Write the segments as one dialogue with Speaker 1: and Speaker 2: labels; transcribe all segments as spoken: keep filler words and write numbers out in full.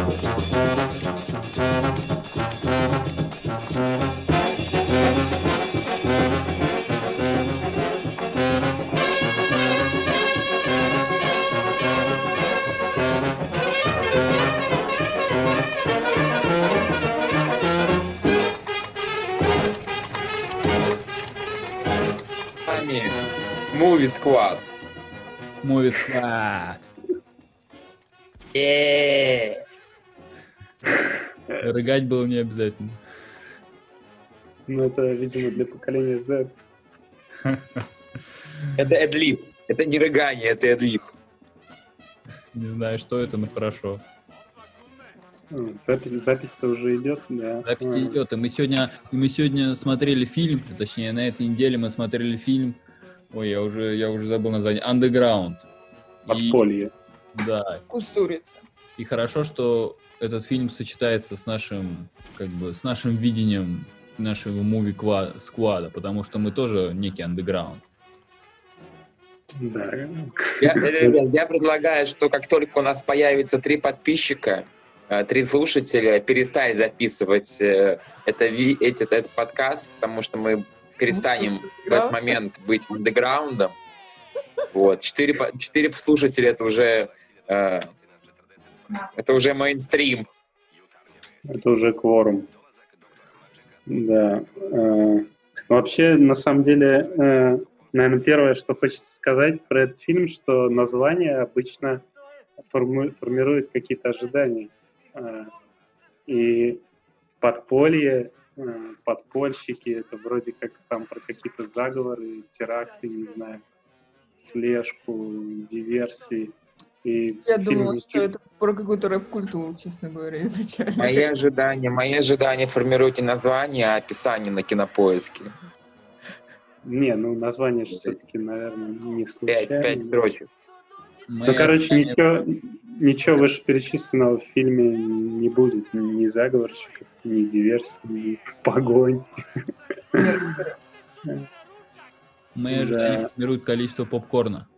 Speaker 1: Movie Squad.
Speaker 2: Movie Squad.
Speaker 1: Yeah.
Speaker 2: Рыгать было не обязательно.
Speaker 3: Ну, это, видимо, для поколения Z.
Speaker 1: Это эдлип. Это не рыгание, это эдлип.
Speaker 2: Не знаю, что это, но хорошо.
Speaker 3: Запись, запись-то уже идет, да.
Speaker 2: Запись
Speaker 3: а.
Speaker 2: идет, и мы сегодня, и мы сегодня смотрели фильм, точнее, на этой неделе мы смотрели фильм, ой, я уже, я уже забыл название, Underground.
Speaker 3: Подполье.
Speaker 2: И, да.
Speaker 4: Кустурица.
Speaker 2: И хорошо, что этот фильм сочетается с нашим, как бы, с нашим видением нашего муви-сквада, потому что мы тоже некий андеграунд.
Speaker 3: Да.
Speaker 1: Я, ребят, я предлагаю, что как только у нас появится три подписчика, три слушателя, перестать записывать это, этот, этот подкаст, потому что мы перестанем в этот момент быть андеграундом. Вот. Четыре, четыре слушателя — это уже э, это уже мейнстрим.
Speaker 3: Это уже кворум. Да. Э, вообще, на самом деле, э, наверное, первое, что хочется сказать про этот фильм, что название обычно форму, формирует какие-то ожидания. Э, и подполье, э, подпольщики, это вроде как там про какие-то заговоры, теракты, не знаю, слежку, диверсии. И
Speaker 4: Я
Speaker 3: фильм...
Speaker 4: думала, что это про какую-то рэп-культуру, честно говоря, изначально.
Speaker 1: Мои ожидания, мои ожидания формируют не название, а описание на Кинопоиске.
Speaker 3: Не, ну название же все-таки, наверное, не случайно.
Speaker 1: Пять, пять строчек.
Speaker 3: Ну, короче, ничего, ничего вышеперечисленного в фильме не будет. Ни заговорщиков, ни диверсий, ни погонь.
Speaker 2: Мои ожидания формируют количество попкорна.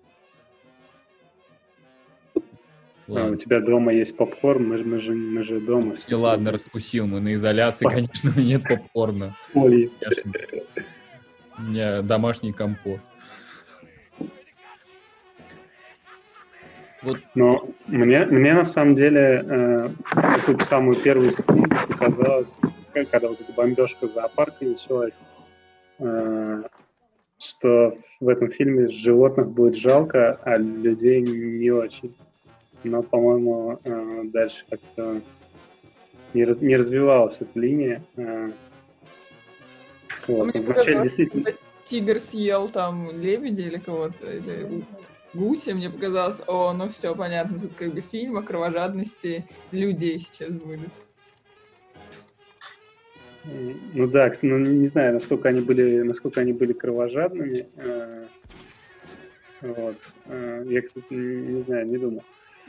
Speaker 3: А, у тебя дома есть попкорн, мы, мы, же, мы же дома.
Speaker 2: И ладно, раскусил, мы на изоляции, По... конечно, у меня нет попкорна.
Speaker 3: Ой.
Speaker 2: У меня домашний компот.
Speaker 3: Вот. Но мне, мне на самом деле э, какую-то самую первую секунду показалось, когда вот эта бомбежка зоопарка началась, э, что в этом фильме животных будет жалко, а людей не очень. Но, по-моему, э, дальше как-то не, раз, не развивалась эта линия. Э, вот. Вначале действительно...
Speaker 4: Тигр съел там лебедя или кого-то, или гуся, мне показалось, о, ну все, понятно, тут как бы фильм о кровожадности людей сейчас будет.
Speaker 3: Ну да, ну, не знаю, насколько они были, насколько они были кровожадными. Э, вот. Э, я, кстати, не, не знаю, не думал.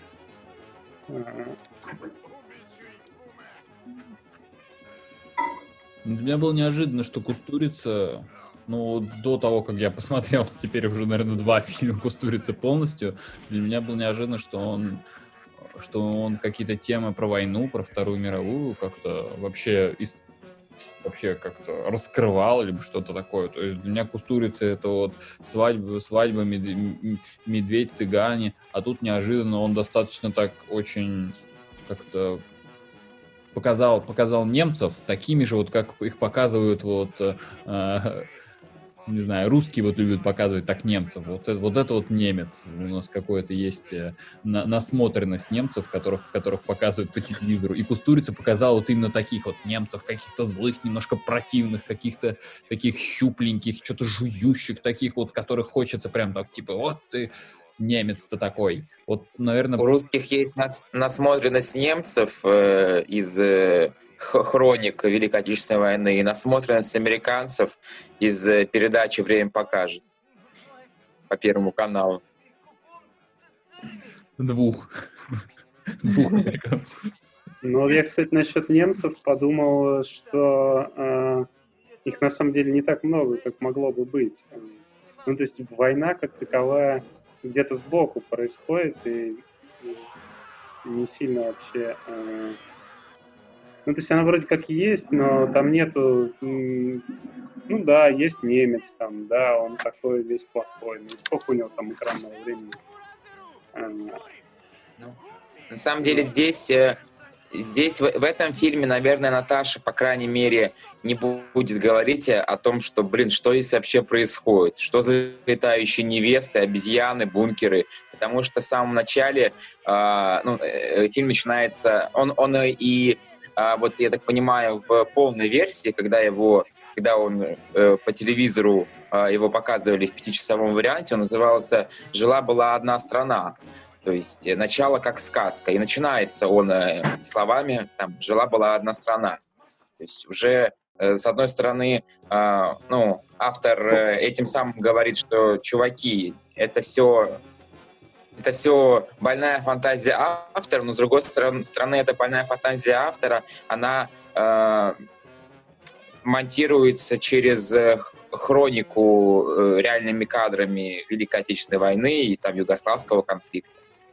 Speaker 2: Для меня было неожиданно, что Кустурица, ну, до того, как я посмотрел теперь уже, наверное, два фильма Кустурицы полностью, для меня было неожиданно, что он, что он какие-то темы про войну, про Вторую мировую как-то вообще, вообще как-то раскрывал, либо что-то такое. То есть для меня Кустурица — это вот свадьба, свадьба медведь, цыгане, а тут неожиданно он достаточно так очень как-то показал, показал немцев такими же, вот как их показывают вот, э, не знаю, русские вот любят показывать так немцев. Вот это вот, это вот немец. У нас какое-то есть на, насмотренность немцев, которых, которых показывают по телевизору. И Кустурица показал вот именно таких вот немцев, каких-то злых, немножко противных, каких-то таких щупленьких, что-то жующих таких вот, которых хочется прям так, типа, вот ты... немец-то такой. Вот, наверное...
Speaker 1: У русских есть нас, насмотренность немцев э, из э, хроник Великой Отечественной войны и насмотренность американцев из э, передачи «Время покажет» по Первому каналу.
Speaker 2: Двух. Двух американцев.
Speaker 3: Ну, я, кстати, насчет немцев подумал, что э, их на самом деле не так много, как могло бы быть. Ну, то есть война как таковая где-то сбоку происходит, и, и не сильно вообще... Э, ну, то есть она вроде как есть, но там нету... М, ну да, есть немец там, да, он такой весь плохой. Ну, сколько у него там экранного времени? Э,
Speaker 1: Ну, на самом деле здесь, э, здесь в, в этом фильме, наверное, Наташа, по крайней мере, не будет говорить о том, что, блин, что здесь вообще происходит, что за летающие невесты, обезьяны, бункеры, потому что в самом начале э, ну, э, фильм начинается, он, он и, э, вот я так понимаю, в полной версии, когда его, когда он э, по телевизору э, его показывали в пятичасовом варианте, он назывался «Жила-была одна страна». То есть э, начало как сказка. И начинается он э, словами там, «Жила-была одна страна». То есть уже, э, с одной стороны, э, ну, автор э, этим самым говорит, что, чуваки, это все, это все больная фантазия автора, но с другой стороны, эта больная фантазия автора, она э, монтируется через э, хронику э, реальными кадрами Великой Отечественной войны и там югославского конфликта.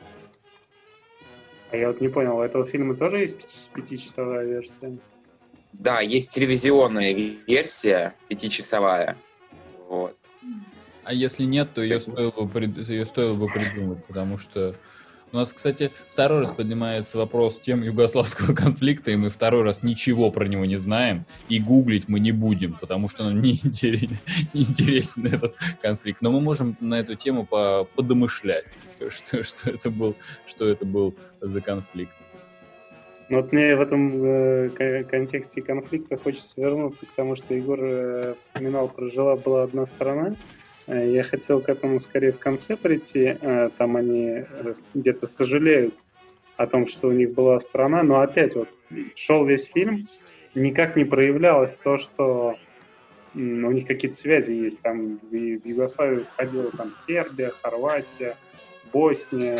Speaker 3: А я вот не понял, у этого фильма тоже есть пятичасовая версия?
Speaker 1: Да, есть телевизионная версия пятичасовая. Вот.
Speaker 2: А если нет, то ее стоило бы, прид- ее стоило бы придумать, потому что у нас, кстати, второй раз поднимается вопрос тем югославского конфликта, и мы второй раз ничего про него не знаем, и гуглить мы не будем, потому что нам не интересен, не интересен этот конфликт. Но мы можем на эту тему по- подомышлять, что, что, это был, что это был за конфликт.
Speaker 3: Ну вот мне в этом э, контексте конфликта хочется вернуться к тому, что Егор э, вспоминал про «Жила-была одна страна». Э, я хотел к этому скорее в конце прийти. Э, там они где-то сожалеют о том, что у них была страна, но опять вот шел весь фильм, никак не проявлялось то, что м, у них какие-то связи есть. Там в, в Югославию входила там Сербия, Хорватия, Босния,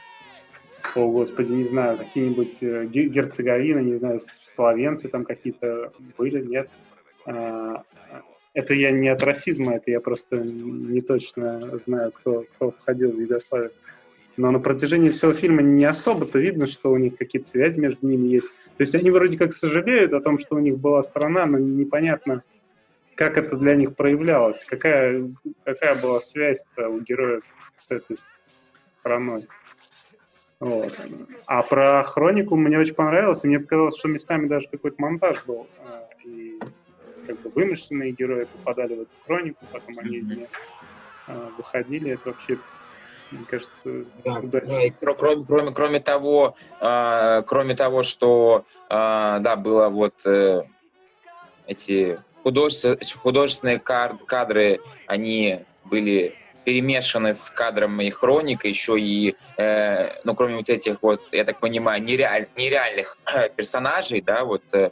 Speaker 3: о, господи, не знаю, какие-нибудь Герцеговина, не знаю, словенцы там какие-то были, нет. Это я не от расизма, это я просто не точно знаю, кто, кто входил в Югославию. Но на протяжении всего фильма не особо-то видно, что у них какие-то связи между ними есть. То есть они вроде как сожалеют о том, что у них была страна, но непонятно, как это для них проявлялось, какая, какая была связь-то у героев с этой страной. Вот. А про хронику мне очень понравилось, и мне показалось, что местами даже какой-то монтаж был, и как бы вымышленные герои попадали в эту хронику, потом они из нее выходили, это вообще, мне кажется,
Speaker 1: да,
Speaker 3: удачно.
Speaker 1: Да, и кроме, кроме, кроме того, э, кроме того, что э, да, было вот э, эти художественные, художественные кадры, они были перемешаны с кадром и хроникой, еще и, э, ну, кроме вот этих вот, я так понимаю, нереаль, нереальных персонажей, да, вот э,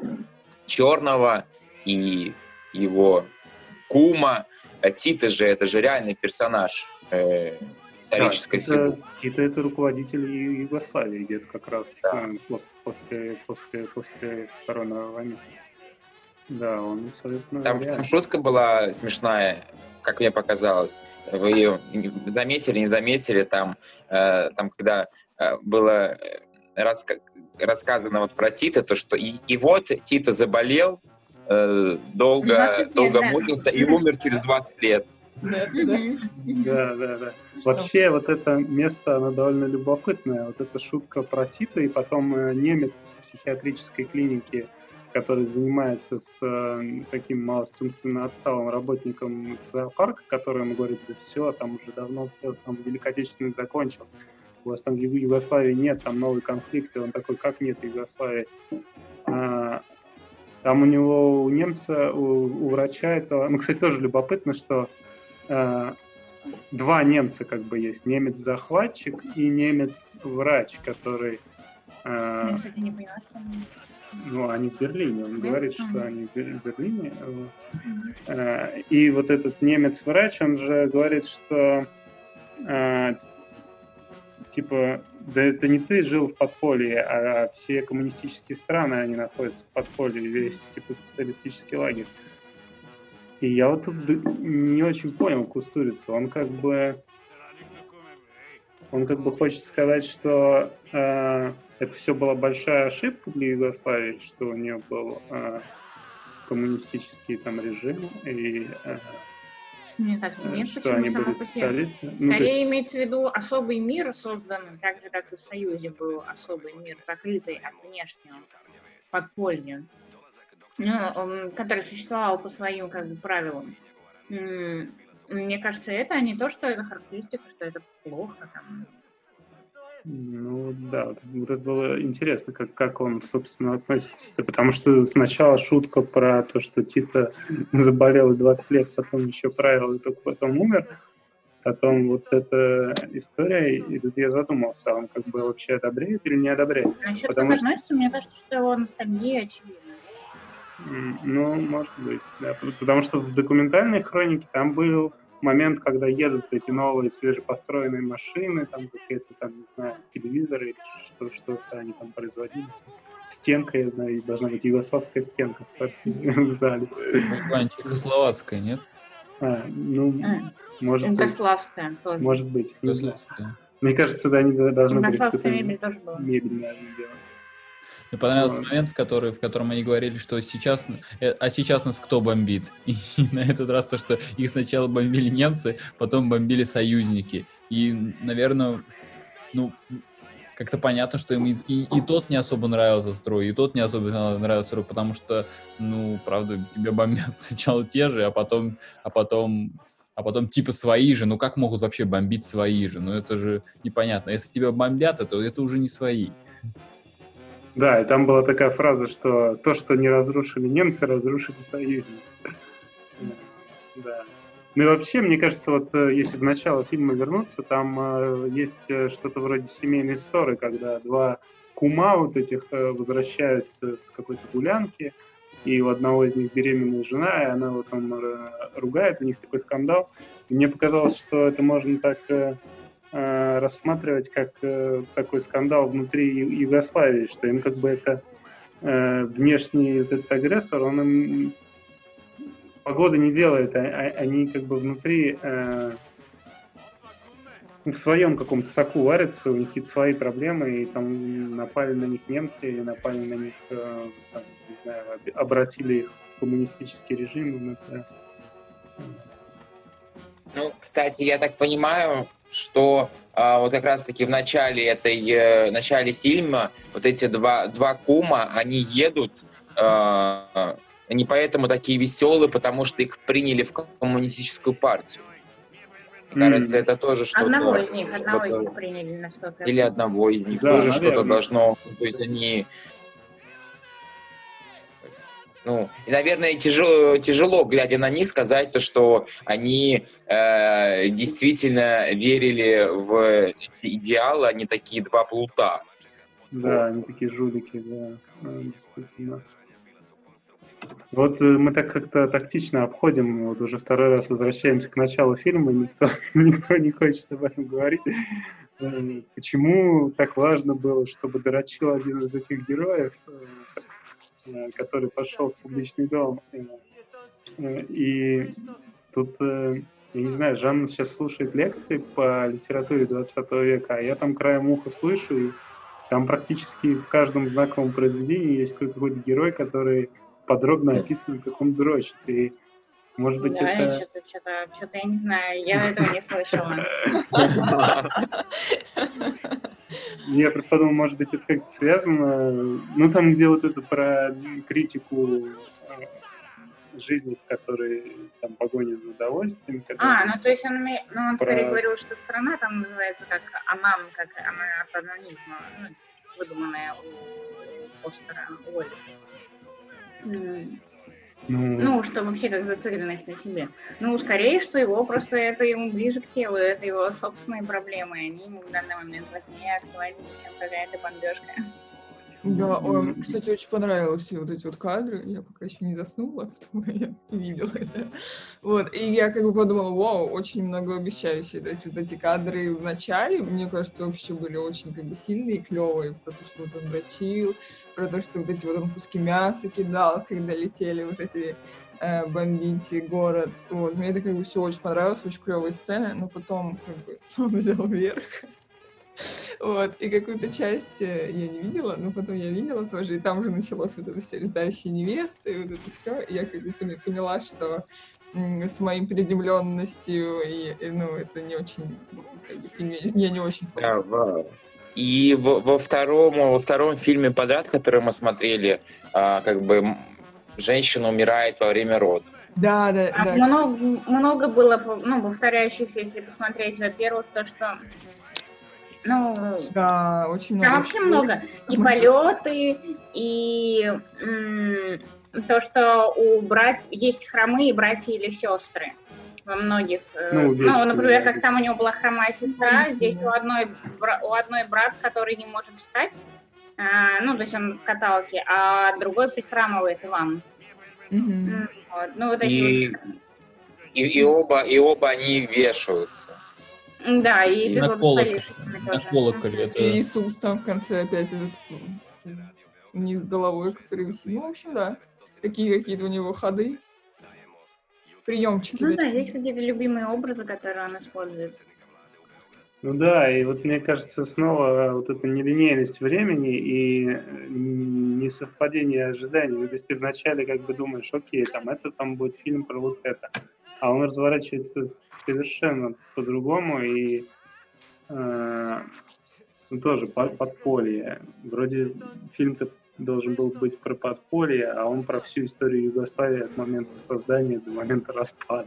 Speaker 1: Черного и его кума. Тита же, это же реальный персонаж э, исторической
Speaker 3: да,
Speaker 1: фигуры.
Speaker 3: Тита, Тита это руководитель Югославии где-то как раз да. э, после, после, после, после Второй мировой войны. Да, он абсолютно
Speaker 1: Там, там шутка была смешная, как мне показалось. Вы ее заметили, не заметили, там, э, там когда э, было раска- рассказано вот про Тита, то, что и, и вот Тита заболел, э, долго, долго да. мучился и умер через двадцать лет.
Speaker 3: Да, да, да. да. Вообще вот это место, оно довольно любопытное. Вот эта шутка про Тита, и потом немец в психиатрической клинике, который занимается с э, таким малостумственно отсталым работником зоопарка, который ему говорит, да все, там уже давно все, там Великой Отечественной закончил, у вас там в Югославии нет, там новый конфликт, и он такой, как нет Югославии? А, там у него, у немца, у, у врача, это, ну, кстати, тоже любопытно, что а, два немца как бы есть, немец-захватчик и немец-врач, который... А,
Speaker 5: Я, кстати, не поняла, что...
Speaker 3: Ну, они в Берлине, он говорит,
Speaker 5: Mm-hmm.
Speaker 3: что они в Берлине. Mm-hmm. И вот этот немец-врач, он же говорит, что типа, да это не ты жил в подполье, а все коммунистические страны, они находятся в подполье, весь типа социалистический лагерь. И я вот тут не очень понял Кустурицу, он как бы... он как бы хочет сказать, что э, это все была большая ошибка для Югославии, что у нее был э, коммунистический там режим, и э,
Speaker 5: Мне кажется, нет,
Speaker 3: что
Speaker 5: почему
Speaker 3: они
Speaker 5: само
Speaker 3: были
Speaker 5: по себе.
Speaker 3: социалисты. Ну, то
Speaker 5: Скорее
Speaker 3: есть,
Speaker 5: имеется в виду особый мир созданный, так же, как и в Союзе был особый мир, закрытый от внешнего, подполья, ну, он- который существовал по своим как бы правилам. М, Мне кажется, это, а не то, что это характеристика, что это плохо. Там.
Speaker 3: ну да, вот, вот это было интересно, как, как он, собственно, относится. Потому что сначала шутка про то, что Тита заболел двадцать лет, потом еще правил, и только потом умер. Потом вот эта история, и тут я задумался, он как бы вообще одобряет или не одобряет.
Speaker 5: Насчет
Speaker 3: Потому
Speaker 5: как
Speaker 3: что,
Speaker 5: относится, мне кажется, что его ностальгия очевидна.
Speaker 3: м, ну, может быть, да. П- Потому что в документальной хронике там был момент, когда едут эти новые свежепостроенные машины, там какие-то там, не знаю, телевизоры, или что, что-то они там производили. Стенка, я знаю, должна быть югославская стенка в квартире, в зале.
Speaker 2: Вань, чехословацкая, нет?
Speaker 3: А, ну,
Speaker 5: М,
Speaker 3: может быть,
Speaker 5: Югославская тоже.
Speaker 3: может быть, не знаю.
Speaker 2: Югославская.
Speaker 3: Мне кажется, да, они должны были
Speaker 5: Югославская
Speaker 3: какую-то
Speaker 5: мебель тоже была.
Speaker 3: мебель, наверное, делать.
Speaker 2: Мне понравился
Speaker 3: Вот.
Speaker 2: момент, в, который, в котором они говорили, что сейчас, э, а сейчас нас кто бомбит? И на этот раз то, что их сначала бомбили немцы, потом бомбили союзники. И, наверное, ну, как-то понятно, что им и, и, и тот не особо нравился строй, и тот не особо нравился строй, потому что, ну, правда, тебя бомбят сначала те же, а потом, а потом, а потом типа свои же. Ну, как могут вообще бомбить свои же? Ну, это же непонятно. Если тебя бомбят, то это уже не свои.
Speaker 3: Да, и там была такая фраза, что то, что не разрушили немцы, разрушили союзники. Да. Ну и вообще, мне кажется, вот э, если в начало фильма вернуться, там э, есть э, что-то вроде семейной ссоры, когда два кума вот этих э, возвращаются с какой-то гулянки, и у одного из них беременная жена, и она вот там э, ругает, у них такой скандал. И мне показалось, что это можно так э, э, рассматривать как э, такой скандал внутри Ю- Югославии, что им как бы это э, внешний вот этот агрессор, он им погода не делает, а- а- они как бы внутри э, в своем каком-то соку варятся, у них какие-то свои проблемы, и там напали на них немцы, и напали на них, э, там, не знаю, об- обратили их в коммунистический режим. им это, э,
Speaker 1: Ну, кстати, я так понимаю, что а, вот как раз-таки в начале этой, э, начале фильма вот эти два, два кума, они едут, а, они поэтому такие веселые, потому что их приняли в коммунистическую партию. Мне кажется,
Speaker 3: М.
Speaker 1: это тоже что-то...
Speaker 5: Одного из них, одного из
Speaker 1: что-то-
Speaker 5: них приняли на что-то.
Speaker 1: Или одного из них
Speaker 3: Да,
Speaker 1: тоже что-то
Speaker 3: наверное.
Speaker 1: должно... То есть они... Ну, и, наверное, тяжело, тяжело, глядя на них, сказать то, что они э, действительно верили в эти идеалы, они такие два плута.
Speaker 3: Да,
Speaker 1: Вот.
Speaker 3: они такие жулики, да, э, действительно. Вот э, мы так как-то тактично обходим, вот уже второй раз возвращаемся к началу фильма, никто, никто не хочет об этом говорить. Э, Почему так важно было, чтобы дорочил один из этих героев, э, э, который пошел в публичный дом. э, э, И тут, э, я не знаю, Жанна сейчас слушает лекции по литературе двадцатого века, а я там краем уха слышу, и там практически в каждом знаковом произведении есть какой-то герой, который подробно описан, как он дрочит. И, может быть,
Speaker 5: Да,
Speaker 3: это...
Speaker 5: что-то, что-то, что-то я не знаю, я этого не слышала.
Speaker 3: Я просто подумал, может быть, это как-то связано. Ну, там, где вот это про критику э, жизни, в которой там погоня за удовольствием. когда-
Speaker 5: А, ну то есть он, име- ну, он скорее
Speaker 3: Про-
Speaker 5: говорил, что страна там называется как Анан, как она от анонизма, ну, выдуманная у постера Уолли. М.
Speaker 3: Ну,
Speaker 5: Ну, что вообще как зацикленность на себе. Ну, скорее, что его просто это ему ближе к телу, это его собственные проблемы, они ему в данный момент важнее, актуальнее, чем какая-то бомбежка.
Speaker 4: Да, ой,
Speaker 3: М.
Speaker 4: мне, кстати, очень понравились вот эти вот кадры. Я пока еще не заснула, потому что я видела это. Вот, и я как бы подумала, вау, очень многообещающие. То есть вот эти кадры в начале, мне кажется, вообще были очень как бы сильные и клевые. Про то, что вот он дрочил, про то, что вот эти вот он куски мяса кидал, когда летели вот эти э, бомбить город. Вот, мне это как бы все очень понравилось, очень клевые сцены, но потом как бы сон взял вверх. Вот, и какую-то часть э, я не видела, но потом я видела тоже, и там уже началось вот это все летающие невесты, и вот это все, и я как бы поня- поняла, что м, с моей приземленностью, и, и, ну, это не очень, ну, как бы, фильм я я не очень смогу.
Speaker 1: Да, во- И во, во втором, во втором фильме подряд, который мы смотрели, а, как бы м, женщина умирает во время родов.
Speaker 4: Да, да,
Speaker 5: А
Speaker 4: да.
Speaker 5: Много, много было, ну, повторяющихся, если посмотреть, во-первых, то, что, ну,
Speaker 4: Да, очень
Speaker 5: там
Speaker 4: много.
Speaker 5: вообще много. И полеты, и м, то, что у брат есть хромые братья или сестры во многих. э,
Speaker 3: Ну,
Speaker 5: Ну,
Speaker 3: вечные,
Speaker 5: например,
Speaker 3: да.
Speaker 5: как там у него была хромая сестра, здесь у одной, бра- у одной брат, который не может встать, а, ну, то есть он в каталке, а другой прихрамывает Иван.
Speaker 4: Мгм.
Speaker 5: М, вот. Ну, вот эти
Speaker 1: И,
Speaker 5: вот.
Speaker 1: и, и оба, и оба они вешаются.
Speaker 5: М, Да, и
Speaker 1: И
Speaker 2: На
Speaker 5: эпизод с
Speaker 2: колоколе.
Speaker 5: полишниками
Speaker 2: На
Speaker 5: тоже.
Speaker 2: колоколе. Это...
Speaker 4: И Иисус там в конце опять этот с- вниз головой, который висит. Ну, в общем, да. Такие какие-то у него ходы. Приемчики.
Speaker 5: Ну да,
Speaker 4: такие.
Speaker 5: есть какие-то любимые образы, которые он использует.
Speaker 3: Ну да, и вот мне кажется, снова вот эта нелинейность времени и э, несовпадение ожиданий. Ну, то есть ты вначале как бы думаешь, окей, там это там будет фильм про вот это, а он разворачивается совершенно по-другому, и э, ну, тоже по- подполье. Вроде фильм-то должен был быть про подполье, а он про всю историю Югославии от момента создания до момента распада.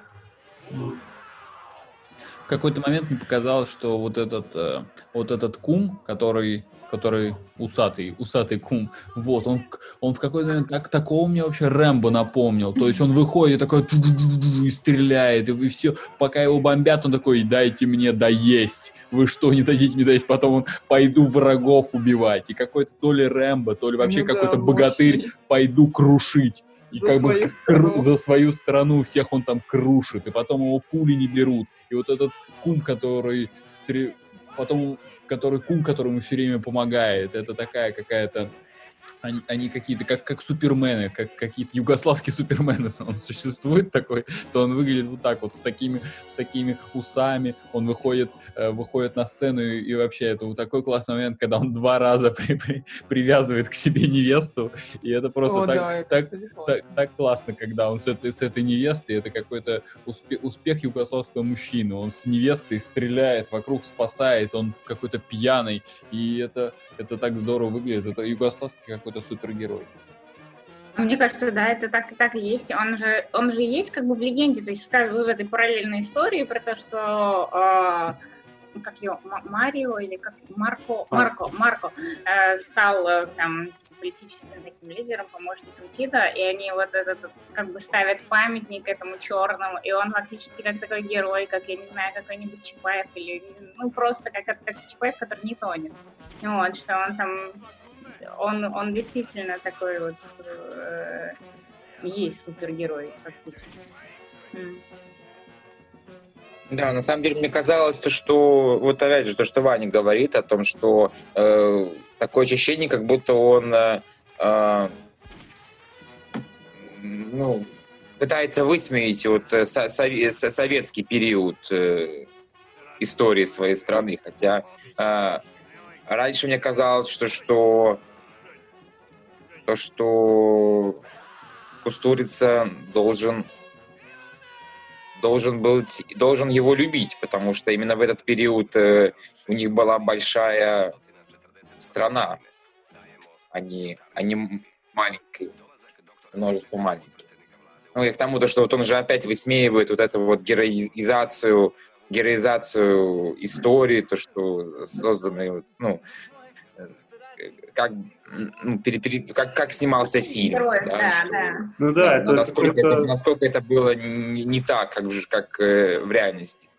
Speaker 2: В какой-то момент мне показалось, что вот этот, э, вот этот кум, который, который усатый, усатый кум, вот, он, в- он в какой-то момент так, такого мне вообще Рэмбо напомнил. То есть он выходит такой ту-ду-ду-ду-ду и стреляет, и, и все, пока его бомбят, он такой, дайте мне доесть. Вы что, не дадите мне доесть? Потом он, пойду врагов убивать. И какой-то то ли Рэмбо, то ли вообще
Speaker 4: Ну да,
Speaker 2: какой-то богатырь,
Speaker 4: мощный.
Speaker 2: пойду крушить. И
Speaker 4: За
Speaker 2: как бы
Speaker 4: свою
Speaker 2: кру-
Speaker 4: страну.
Speaker 2: за свою страну всех он там крушит, и потом его пули не берут. И вот этот кум, который стре... потом, который кум, которому все время помогает, это такая какая-то, они, они какие-то, как, как супермены, как какие-то югославские супермены, если он существует такой, то он выглядит вот так вот, с такими, с такими усами, он выходит, э, выходит на сцену, и, и вообще это вот такой классный момент, когда он два раза при, при, привязывает к себе невесту, и это просто
Speaker 4: О,
Speaker 2: так,
Speaker 4: да, это,
Speaker 2: так,
Speaker 4: кстати, классно.
Speaker 2: так, так классно, когда он с этой, с этой невестой, это какой-то успех, успех югославского мужчины, он с невестой стреляет, вокруг спасает, он какой-то пьяный, и это, это так здорово выглядит, это югославский какой-то супергерой.
Speaker 5: Мне кажется, да, это так, так и есть. Он же, он же есть как бы в легенде, то есть в этой параллельной истории про то, что э, как его, М- Марио или как Марко, Марко, Марко э, стал э, там политическим таким лидером, помощником Тита, и они вот этот как бы ставят памятник этому черному, и он фактически как такой герой, как, я не знаю, какой-нибудь Чапаев или, ну, просто как, как Чапаев, который не тонет. Вот, что он там Он, он действительно такой вот э, есть супергерой фактически. М.
Speaker 1: Да, на самом деле мне казалось, то, что вот опять же то, что Ваня говорит о том, что э, такое ощущение, как будто он э, э, ну, пытается высмеять вот э, со- сове- со- советский период э, истории своей страны, хотя э, раньше мне казалось, что что то, что Кустурица должен должен был должен его любить, потому что именно в этот период э, у них была большая страна, а не, а не маленькая, множество маленьких. Ну и к тому, то, что вот он же опять высмеивает вот эту вот героизацию, героизацию истории, то, что созданы, ну, как, ну, пере, пере, как, как снимался фильм.
Speaker 5: Героев,
Speaker 1: Да,
Speaker 5: да,
Speaker 1: что,
Speaker 5: да.
Speaker 3: Ну да,
Speaker 1: да,
Speaker 3: это
Speaker 1: насколько, это,
Speaker 3: какой-то...
Speaker 1: насколько это было не, не так, как, же- как э, в реальности.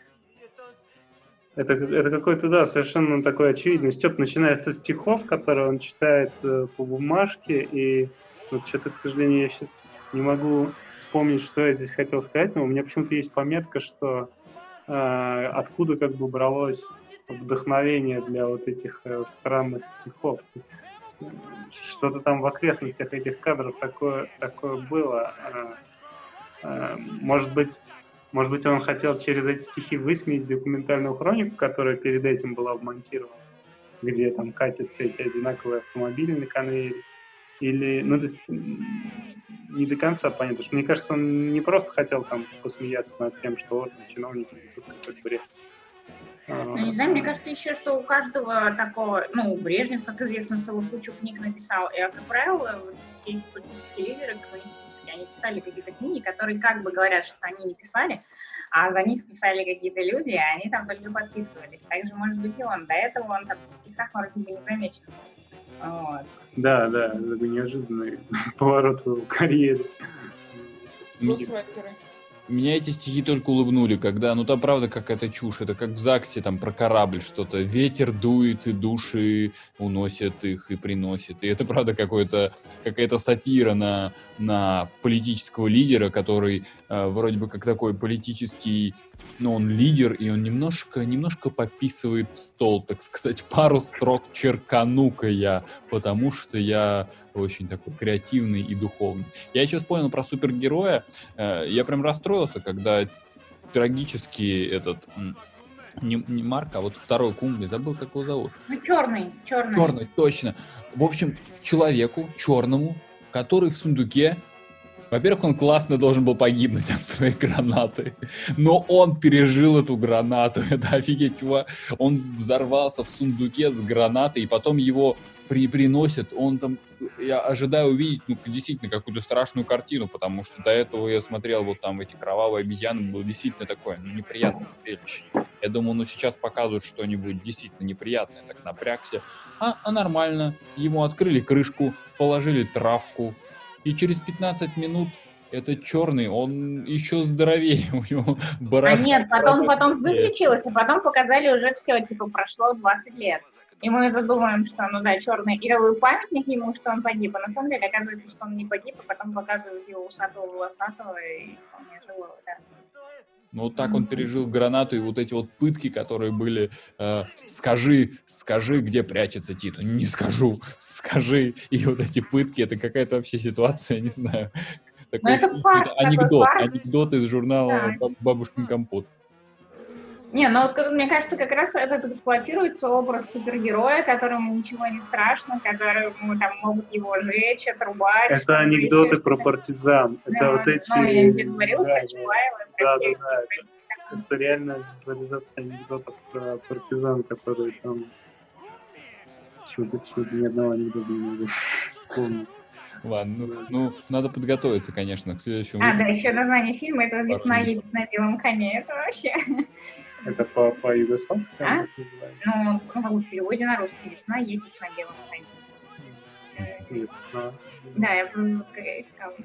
Speaker 3: Это, это какой-то, да, совершенно такой очевидный стёб, начиная со стихов, которые он читает э, по бумажке, и вот что-то, к сожалению, я сейчас не могу вспомнить, что я здесь хотел сказать, но у меня почему-то есть пометка, что э, откуда как бы бралось вдохновение для вот этих э, странных стихов. Что-то там в окрестностях этих кадров такое, такое было. Э, э, может быть, Может быть, он хотел через эти стихи высмеять документальную хронику, которая перед этим была вмонтирована, где там катятся эти одинаковые автомобили на конвейере. Или, ну, то есть, не до конца понятно, потому что, мне кажется, он не просто хотел там посмеяться над тем, что вот чиновники тут какой-то бред.
Speaker 5: Ну, не знаю, мне кажется еще, что у каждого такого, ну, Брежнев, как известно, целую кучу книг написал, и, как правило, вот все эти политические лидеры, они писали какие-то книги, которые как бы говорят, что они не писали, а за них писали какие-то люди, и они там только подписывались. Также, может быть, и он. До этого он там в стихах вроде бы не замечен. Вот.
Speaker 3: Да, да, это неожиданный поворот в его карьере.
Speaker 2: Меня эти стихи только улыбнули, когда, ну там правда какая-то чушь, это как в ЗАГСе там про корабль что-то, ветер дует и души уносят их и приносит, и это правда какой-то, какая-то сатира на, на политического лидера, который э, вроде бы как такой политический, ну он лидер, и он немножко, немножко пописывает в стол, так сказать, пару строк черкану-ка я, потому что я очень такой креативный и духовный. Я сейчас понял про супергероя, э, я прям расстроился, когда трагический этот, не, не Марк, а вот второй кум, я забыл, как его зовут.
Speaker 5: Ну, черный, черный.
Speaker 2: Черный, точно. В общем, человеку черному, который в сундуке, во-первых, он классно должен был погибнуть от своей гранаты, но он пережил эту гранату, это офигеть, чувак. Он взорвался в сундуке с гранатой, и потом его при, приносят, он там, я ожидаю увидеть, ну, действительно, какую-то страшную картину, потому что до этого я смотрел вот там эти кровавые обезьяны, было действительно такое, ну, неприятное зрелище. Я думал, ну, сейчас показывают что-нибудь действительно неприятное, так напрягся. А, а нормально, ему открыли крышку, положили травку, и через пятнадцать минут этот черный, он еще здоровее, у него борода.
Speaker 5: А нет, потом, потом выключилось, и потом показали уже все, типа, прошло двадцать лет. И мы это думаем, что, ну да, черный игровой памятник ему, что он погиб, а на самом деле оказывается, что он не погиб, а потом показывают его усатого, волосатого и вполне живого, да.
Speaker 2: Ну, вот так он пережил гранату и вот эти вот пытки, которые были, э, скажи, скажи, где прячется Титу. Не скажу, скажи. И вот эти пытки, это какая-то вообще ситуация, я не знаю. Такой,
Speaker 5: это фарс,
Speaker 2: анекдот,
Speaker 5: такой фарс.
Speaker 2: анекдот из журнала
Speaker 5: Да.
Speaker 2: «Бабушкин компот».
Speaker 5: Не, ну вот мне кажется, как раз этот эксплуатируется образ супергероя, которому ничего не страшно, которому там могут его жечь, отрубать.
Speaker 3: Это анекдоты про партизан. Это
Speaker 5: да,
Speaker 3: вот эти...
Speaker 5: Ну, я тебе говорила
Speaker 3: да,
Speaker 5: про Чапаева, про
Speaker 3: да,
Speaker 5: всех.
Speaker 3: да, да. Это, это реально визуализация анекдотов про партизан, которые там... Чего-то, чего-то ни одного анекдота не могу вспомнить.
Speaker 2: Ладно, ну, ну, надо подготовиться, конечно, к следующему.
Speaker 5: А, да, еще название фильма, это «Весна едет на белом коне», это вообще...
Speaker 3: Это по, по югославскому?
Speaker 5: А? Ну, ну, в переводе на русский «Весна едет на белом коне».
Speaker 3: Весна.
Speaker 5: Да, я просто искала.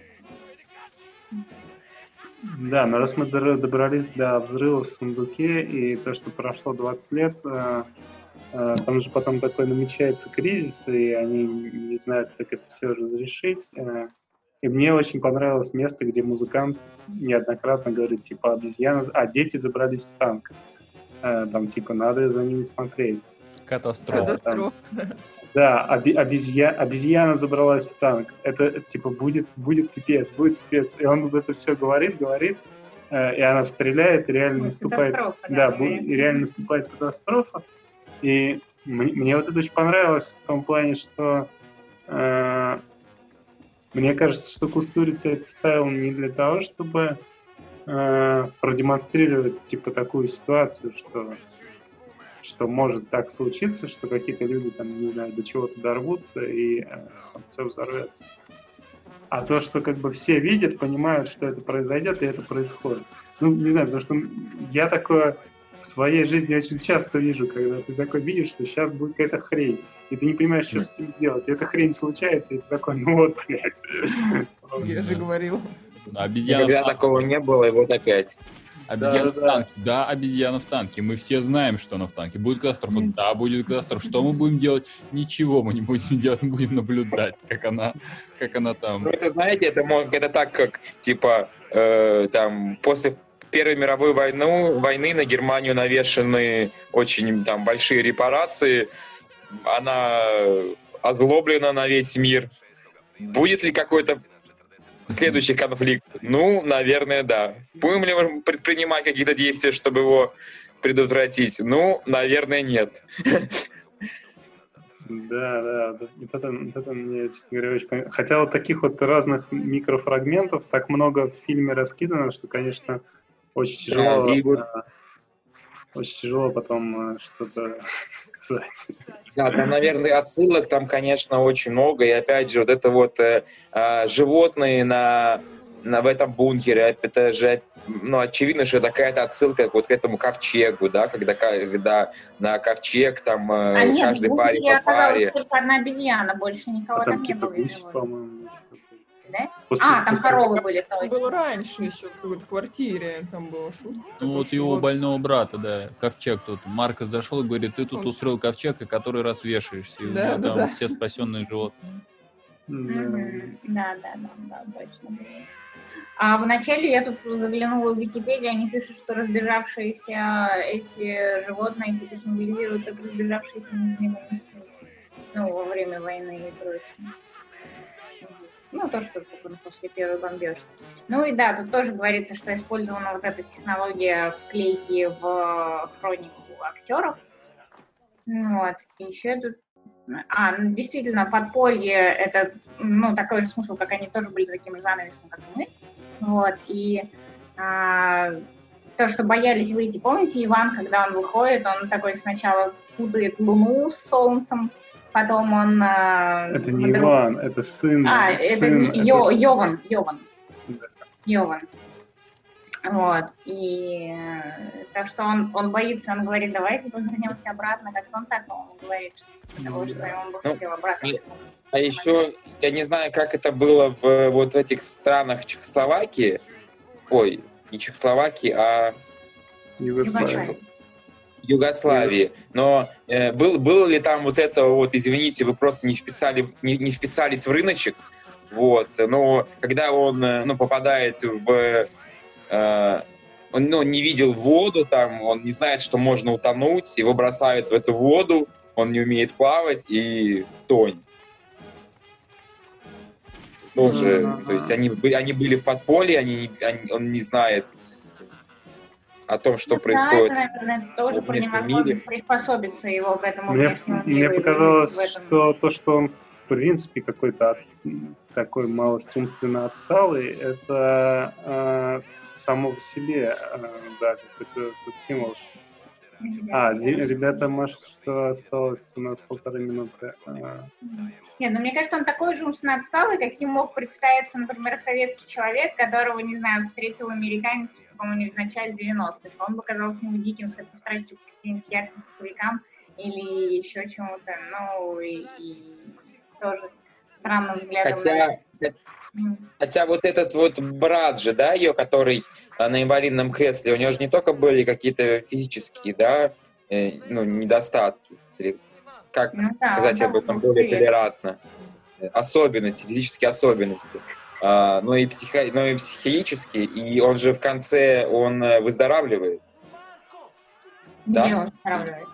Speaker 3: Да, но раз мы добрались до взрыва в сундуке и то, что прошло двадцать лет, э, э, там же потом такой намечается кризис, и они не знают, как это все разрешить. Э, и мне очень понравилось место, где музыкант неоднократно говорит, типа, обезьяна... А, дети забрались в танк. Э, там, типа, надо за ними смотреть.
Speaker 2: Катастрофа.
Speaker 4: Катастрофа.
Speaker 3: Да, оби- обезья... обезьяна забралась в танк. Это, типа, будет, будет пипец, будет пипец. И он вот это все говорит, говорит, э, и она стреляет, и реально
Speaker 5: Ой,
Speaker 3: наступает...
Speaker 5: катастрофа,
Speaker 3: Да,
Speaker 5: да,
Speaker 3: бу- и реально наступает катастрофа. И мне, мне вот это очень понравилось в том плане, что э, мне кажется, что Кустурица это вставил не для того, чтобы э, продемонстрировать, типа, такую ситуацию, что... что может так случиться, что какие-то люди там, не знаю, до чего-то дорвутся и э, там все взорвется. А то, что как бы все видят, понимают, что это произойдет, и это происходит. Ну, не знаю, потому что я такое в своей жизни очень часто вижу, когда ты такой видишь, что сейчас будет какая-то хрень, и ты не понимаешь, что с этим сделать. И эта хрень случается, и ты такой, ну вот, блядь.
Speaker 4: Я же говорил.
Speaker 2: Обезьяна
Speaker 1: Никогда
Speaker 2: в танке.
Speaker 1: такого не было, и вот опять.
Speaker 2: Обезьяна
Speaker 3: Да,
Speaker 2: в
Speaker 3: да, да.
Speaker 2: танке. Да, обезьяна в танке. Мы все знаем, что она в танке. Будет катастрофа? Да, будет катастрофа. Что мы будем делать? Ничего мы не будем делать, мы будем наблюдать, как она, как она там.
Speaker 1: Ну, это, знаете, это, может, это так, как, типа, э, там, после Первой мировой войны, войны на Германию навешаны очень там большие репарации. Она озлоблена на весь мир. Будет ли какой-то следующий конфликт. Ну, наверное, да. Будем ли мы предпринимать какие-то действия, чтобы его предотвратить? Ну, наверное, нет.
Speaker 3: Да, да, вот это, вот это мне, честно говоря, очень понятно. Хотя вот таких вот разных микрофрагментов так много в фильме раскидано, что, конечно, очень тяжело,
Speaker 1: Да, и вот...
Speaker 3: а, очень тяжело потом а, что-то сказать.
Speaker 1: Да, там, наверное, отсылок там, конечно, очень много. И опять же, вот это вот э, э, животные на, на, в этом бункере, это же, ну, очевидно, что это какая-то отсылка вот к этому ковчегу, да, когда, когда на ковчег там э,
Speaker 5: А нет,
Speaker 1: каждой
Speaker 5: в
Speaker 1: паре
Speaker 5: бункере
Speaker 1: по паре.
Speaker 5: оказалась только одна обезьяна, больше никого
Speaker 3: А
Speaker 5: там
Speaker 3: там
Speaker 5: не
Speaker 3: какие-то
Speaker 5: было. из
Speaker 3: гуси,
Speaker 5: животных.
Speaker 3: по-моему.
Speaker 5: Да?
Speaker 3: После-
Speaker 5: А, там
Speaker 3: после-
Speaker 5: коровы были
Speaker 4: Это
Speaker 5: точно.
Speaker 4: было раньше еще в какой-то квартире, там была шутка.
Speaker 2: Ну вот
Speaker 4: что
Speaker 2: его
Speaker 4: вот-
Speaker 2: больного брата, да, ковчег тут. Маркос зашел и говорит, ты тут
Speaker 4: Он-
Speaker 2: устроил ковчег, и который раз вешаешься. И у
Speaker 4: Да,
Speaker 2: него
Speaker 4: да,
Speaker 2: там
Speaker 4: да.
Speaker 2: все спасенные животные.
Speaker 3: Да.
Speaker 5: Мгм. Да, да, да, да, точно было. А вначале я тут заглянула в Википедию, они пишут, что разбежавшиеся эти животные типа символизируют как разбежавшиеся невинности, ну, во время войны и прочее. Ну, то, что после первой бомбежки. Ну и да, тут тоже говорится, что использована вот эта технология вклейки в хронику актеров. Вот. И еще тут... А, ну, действительно, подполье — это, ну, такой же смысл, как они тоже были за таким же занавесом, как и мы. Вот. И а, то, что боялись выйти, помните, Иван, когда он выходит, он такой сначала путает Луну с Солнцем, потом он... а,
Speaker 3: Это не
Speaker 5: вдруг-
Speaker 3: Иван, это сын.
Speaker 5: А, это
Speaker 3: сын,
Speaker 5: не-
Speaker 3: это
Speaker 5: Йо-
Speaker 3: сын.
Speaker 5: Йован, Йован.
Speaker 3: Да.
Speaker 5: Йован. Вот. И э, так что он, он боится, он говорит, давайте повернемся обратно, как он так, он говорит, что того, что он бы
Speaker 1: Ну,
Speaker 5: хотел обратно.
Speaker 1: и- А еще, я не знаю, как это было в вот в этих странах Чехословакии. Ой, не Чехословакии, а
Speaker 3: Югославия.
Speaker 5: Югославия.
Speaker 1: Югославии. Но э, был, было ли там вот это вот, извините, вы просто не вписали, не, не вписались в рыночек, вот. Но когда он, э, ну, попадает в, э, он, ну, не видел воду, там, он не знает, что можно утонуть, его бросают в эту воду, он не умеет плавать и тонь. Тоже,
Speaker 3: Ага.
Speaker 1: то есть они, бы- они были в подполье, они, не- они- он не знает о том, что
Speaker 5: Ну,
Speaker 1: происходит.
Speaker 5: Да, это, наверное, тоже
Speaker 1: во
Speaker 5: про
Speaker 1: внешнем
Speaker 5: невозможность
Speaker 1: мире.
Speaker 5: приспособиться его к этому
Speaker 3: Мне,
Speaker 5: внешнему
Speaker 3: мне
Speaker 5: миру. и
Speaker 3: показалось,
Speaker 5: жить в этом.
Speaker 3: что то, что он в принципе какой-то от- такой малость умственно отсталый, это э, само по себе, э, да, какой-то тот символ. А, Ди- ребята, Маша, что осталось у нас полторы минуты. А,
Speaker 5: Нет, ну мне кажется, он такой же умственно отсталый, каким мог представиться, например, советский человек, которого, не знаю, встретил американец, по-моему, в начале девяностых. Он бы казался ему диким с этой страстью к каким-нибудь ярким пуховикам или еще чему-то, ну, и, и тоже странным взглядом.
Speaker 1: Хотя,
Speaker 5: на-
Speaker 1: хотя вот этот вот брат же, да, ее, который а, на инвалидном кресле, у него же не только были какие-то физические, да, э, ну, недостатки, или как
Speaker 5: Ну да,
Speaker 1: сказать
Speaker 5: да,
Speaker 1: об этом
Speaker 5: ну,
Speaker 1: более
Speaker 5: привет.
Speaker 1: толерантно, особенности, физические особенности, а, но, и психо, но и психические, и он же в конце, он э, выздоравливает.
Speaker 5: Где
Speaker 1: Да?
Speaker 5: он справляется?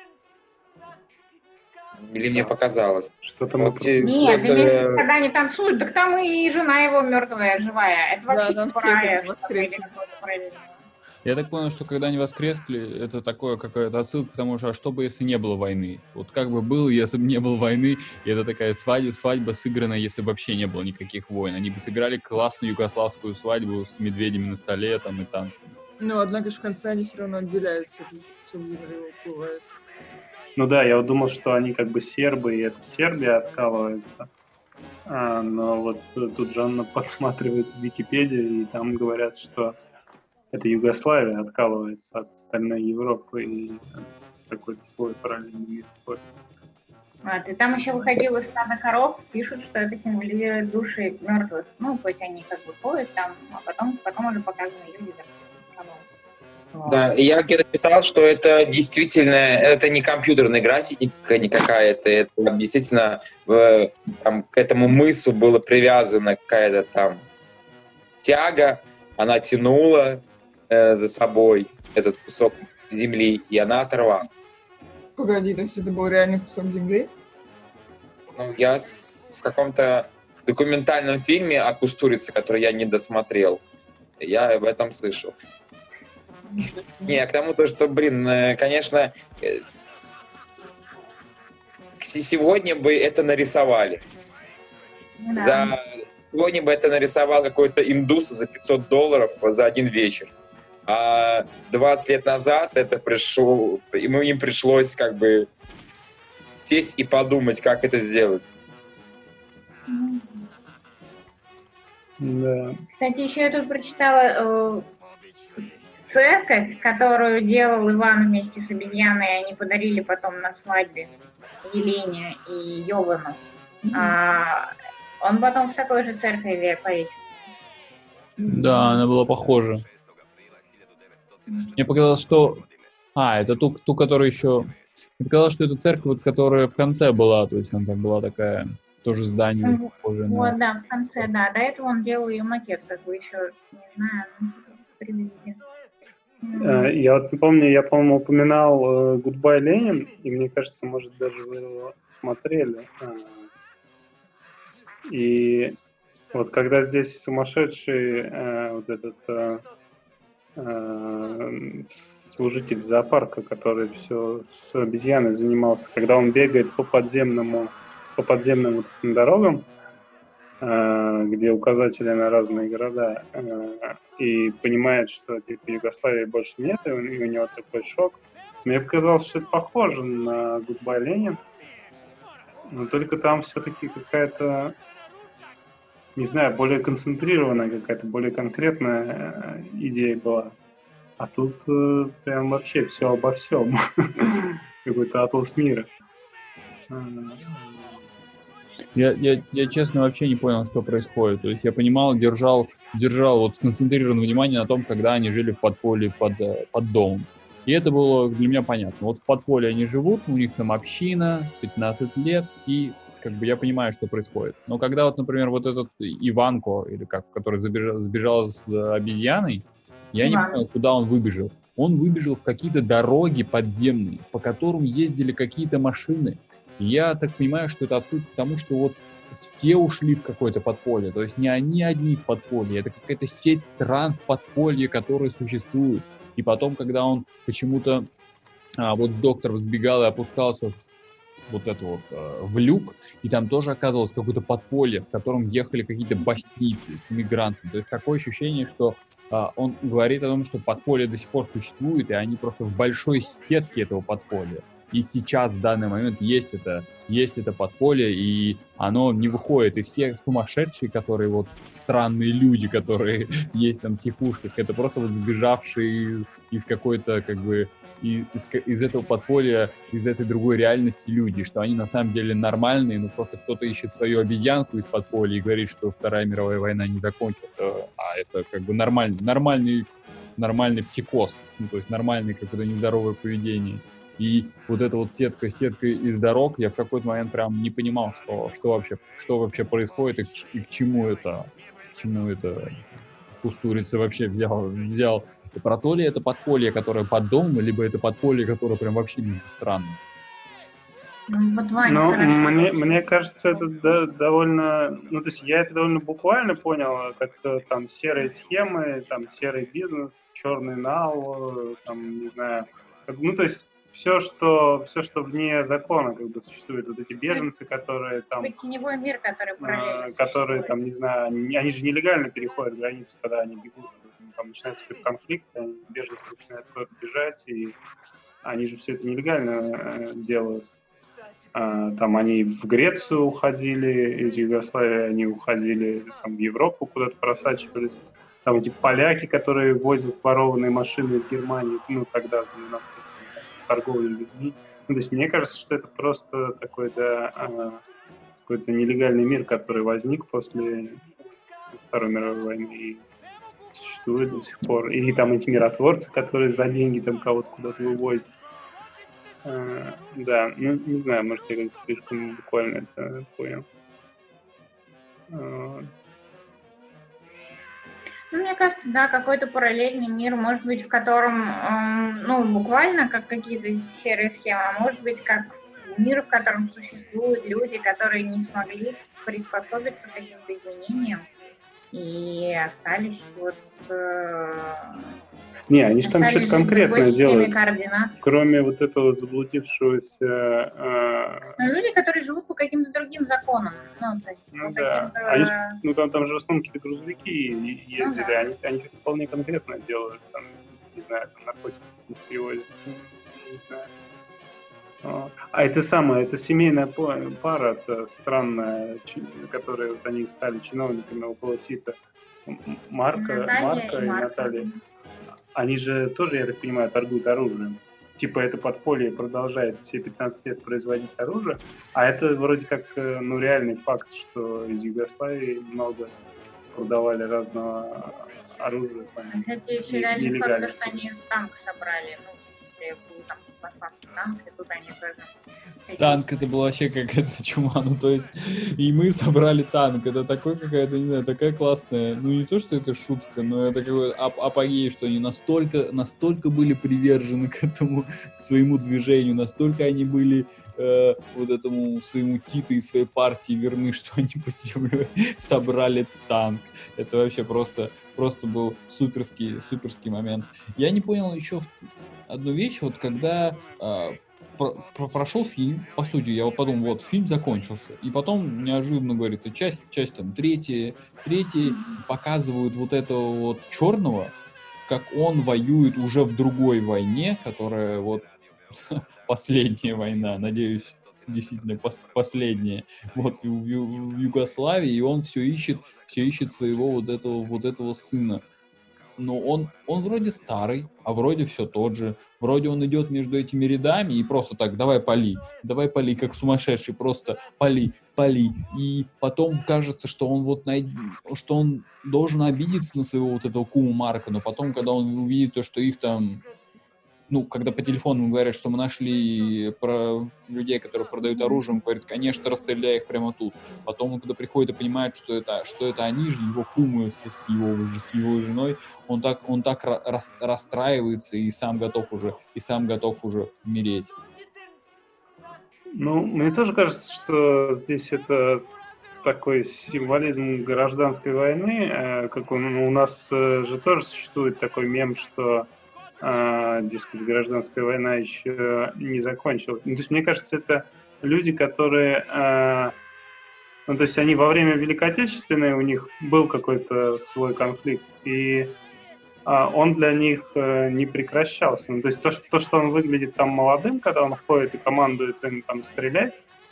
Speaker 1: Или мне показалось?
Speaker 3: Что-то мы...
Speaker 1: Вот те-
Speaker 5: Нет,
Speaker 1: что-то,
Speaker 5: имеется в
Speaker 1: э,
Speaker 5: виду, когда они танцуют, так там и жена его мертвая, живая. Это
Speaker 4: Да,
Speaker 5: вообще
Speaker 4: там
Speaker 5: типа
Speaker 4: все
Speaker 5: рая,
Speaker 4: как
Speaker 5: что-то или
Speaker 4: воскресли.
Speaker 5: какое-то параллельное.
Speaker 2: Я так понял, что когда они воскресли, это такое какая-то отсылка к тому, что а что бы, если не было войны? Вот как бы было, если бы не было войны, и это такая свадьба, свадьба сыграна, если бы вообще не было никаких войн. Они бы сыграли классную югославскую свадьбу с медведями на столе там и танцами.
Speaker 4: Ну, однако же в конце они все равно отделяются, все его уплывает.
Speaker 3: Ну да, я вот думал, что они как бы сербы, и это Сербия откалывается. А, но вот тут Жанна подсматривает Википедию, и там говорят, что это Югославия откалывается от остальной Европы, и там какой-то свой параллельный мир. входит.
Speaker 5: Вот, и там еще выходило стадо коров, пишут, что это символизирует души мертвых. Ну, то есть они как бы ходят там, а потом, потом уже показаны люди. Да, вот.
Speaker 1: Да, и я где-то читал, что это действительно, это не компьютерная графика не какая-то, это действительно в, там, к этому мысу была привязана какая-то там тяга, она тянула э, за собой этот кусок земли, и она оторвалась.
Speaker 4: Погоди, то есть это был реальный кусок земли?
Speaker 1: Ну, я с- в каком-то документальном фильме о Кустурице, который я не досмотрел. Я об этом слышал. Не, к тому то, что, блин, конечно, сегодня бы это нарисовали.
Speaker 5: Да.
Speaker 1: За... Сегодня бы это нарисовал какой-то индус за пятьсот долларов за один вечер. А двадцать лет назад это пришло, ему им пришлось как бы сесть и подумать, как это сделать.
Speaker 3: Да.
Speaker 5: Кстати, еще я тут прочитала э, церковь, которую делал Иван вместе с обезьяной, они подарили потом на свадьбе Елене и Йовану. А, он потом в такой же церкви повесился.
Speaker 2: Да, она была похожа. Мне показалось, что... А, это ту, ту которая еще... Мне показалось, что это церковь, вот, которая в конце была, то есть она там была такая... Тоже здание
Speaker 5: Мгм.
Speaker 2: похожее на...
Speaker 5: Вот, да, в конце, да. До этого он делал ее макет, как вы еще, не знаю, привезли.
Speaker 3: Э, Я вот не помню, я, по-моему, упоминал э, «Гудбай, Ленин», и мне кажется, может, даже вы его смотрели. Э, И вот когда здесь сумасшедший э, вот этот э, э, служитель зоопарка, который все с обезьяной занимался, когда он бегает по подземному, по подземным вот этим дорогам, э, где указатели на разные города, э, и понимает, что типа Югославии больше нет, и у, и у него такой шок. Мне показалось, что это похоже на «Гудбай, Ленин», но только там все-таки какая-то, не знаю, более концентрированная какая-то, более конкретная э, идея была. А тут э, прям вообще все обо всем. Какой-то атлас мира. Э,
Speaker 2: Я, я, я, честно, вообще не понял, что происходит. То есть я понимал, держал, держал вот сконцентрированное внимание на том, когда они жили в подполье под, э, под домом. И это было для меня понятно. Вот в подполье они живут, у них там община, пятнадцать лет, и как бы я понимаю, что происходит. Но когда вот, например, вот этот Иванко, или как, который забежал, сбежал с э, обезьяной, я не
Speaker 5: Иван.
Speaker 2: понял, куда он выбежал. Он выбежал в какие-то дороги подземные, по которым ездили какие-то машины. И я так понимаю, что это отсылка к тому, что вот все ушли в какое-то подполье. То есть не они одни в подполье, это какая-то сеть стран в подполье, которые существуют. И потом, когда он почему-то а, вот с доктором сбегал и опускался в вот это вот, э, в люк, и там тоже оказывалось какое-то подполье, в котором ехали какие-то боснийцы с иммигрантами. То есть такое ощущение, что э, он говорит о том, что подполье до сих пор существует, и они просто в большой сетке этого подполья. И сейчас, в данный момент, есть это, есть это подполье, и оно не выходит. И все сумасшедшие, которые вот странные люди, которые есть там в психушках, это просто вот сбежавшие из какой-то, как бы, из, из этого подполья, из этой другой реальности люди, что они на самом деле нормальные, но просто кто-то ищет свою обезьянку из подполья и говорит, что Вторая мировая война не закончится, а это как бы нормальный, нормальный, нормальный психоз, ну, то есть нормальное какое-то нездоровое поведение. И вот эта вот сетка, сетка из дорог, я в какой-то момент прям не понимал, что, что, вообще, что вообще происходит и к, и к чему это, к чему это Кустурица вообще взял, взял. И про то ли это подполье, которое под домом, либо это подполье, которое прям вообще не странно.
Speaker 5: Ну, вот Ваня
Speaker 3: Ну,
Speaker 5: хорошо
Speaker 3: мне,
Speaker 5: говорит.
Speaker 3: мне кажется, это до- довольно... Ну, то есть я это довольно буквально понял, как-то там серые схемы, там серый бизнес, черный нал, там, не знаю... Как- ну, то есть все, что, все, что вне закона как бы существует. Вот эти беженцы, которые там...
Speaker 5: Такой теневой мир, который
Speaker 3: э,
Speaker 5: параллельно
Speaker 3: которые
Speaker 5: существует.
Speaker 3: там, не знаю, они, они же нелегально переходят границу, когда они бегут. Там начинается какой-то конфликт, они, беженцы начинают куда-то бежать, и они же все это нелегально э, делают. А, там они в Грецию уходили, из Югославии они уходили там, в Европу, куда-то просачивались. Там эти поляки, которые возят ворованные машины из Германии, ну, тогда, в девяностых, торговлю людьми. Ну, то есть мне кажется, что это просто такой, да, а, какой-то нелегальный мир, который возник после Второй мировой войны и существует до сих пор. И там эти миротворцы, которые за деньги там кого-то куда-то вывозят. А, да, ну, не знаю, может, я как-то слишком буквально это понял. А,
Speaker 5: Ну, мне кажется, да, какой-то параллельный мир, может быть, в котором, эм, ну, буквально как какие-то серые схемы, а может быть, как мир, в котором существуют люди, которые не смогли приспособиться к каким-то изменениям и остались вот... Э,
Speaker 3: не, они же там что-то конкретное делают.
Speaker 5: Координат.
Speaker 3: Кроме вот этого заблудившегося... Э,
Speaker 5: ну, люди, которые живут по каким-то другим законам. Ну, то есть,
Speaker 3: ну да. Они, ну там, там же в основном какие-то грузовики ездили, ну, да. они, они что-то вполне конкретное делают. Там, не знаю, там наркотики перевозят. Не знаю. А это самое, это семейная пара, это странная, которая вот они стали чиновниками около Тита. Марка,
Speaker 5: Наталья
Speaker 3: Марка и, и Наталья. Они же тоже, я так понимаю, торгуют оружием. Типа это подполье продолжает все пятнадцать лет производить оружие, а это вроде как, ну, реальный факт, что из Югославии много продавали разного оружия.
Speaker 5: Кстати, еще реальный факт, что они танк собрали, ну, был там пластмассовый танк, и тут они тоже...
Speaker 2: Танк, это была вообще какая-то чума, ну то есть, и мы собрали танк, это такой какая-то, не знаю, такая классная, ну не то, что это шутка, но это какой ап- апогей, что они настолько, настолько были привержены к этому, к своему движению, настолько они были э, вот этому своему Титу и своей партии верны, что они под землей собрали танк. Это вообще просто, просто был суперский, суперский момент. Я не понял еще одну вещь, вот когда э, про, про, прошел фильм, по сути, я вот подумал, вот, фильм закончился, и потом неожиданно говорится, часть, часть там, третья, третья показывают вот этого вот черного, как он воюет уже в другой войне, которая вот последняя война, надеюсь, действительно пос- последняя, вот в, в, в Югославии, и он все ищет, все ищет своего вот этого, вот этого сына. Но он, он вроде старый, а вроде все тот же. Вроде он идет между этими рядами и просто так, давай пали, давай пали, как сумасшедший, просто пали, пали. И потом кажется, что он вот найд... что он должен обидеться на своего вот этого кума Марка, но потом, когда он увидит то, что их там, ну, когда по телефону говорят, что мы нашли про людей, которые продают оружие, он говорит, конечно, расстреляй их прямо тут. Потом он, когда приходит и понимает, что это, что это они же, его кумы с, с, его, с его женой, он так, он так рас, расстраивается и сам готов уже, и сам готов уже умереть.
Speaker 3: Ну, мне тоже кажется, что здесь это такой символизм гражданской войны, как он, у нас же тоже существует такой мем, что Uh, дескать, гражданская война еще не закончилась. Ну, то есть, мне кажется, это люди, которые... Uh, ну, то есть, они во время Великой Отечественной, у них был какой-то свой конфликт, и uh, он для них uh, не прекращался. Ну, то есть, то что, то, что он выглядит там молодым, когда он ходит и командует им там стрелять,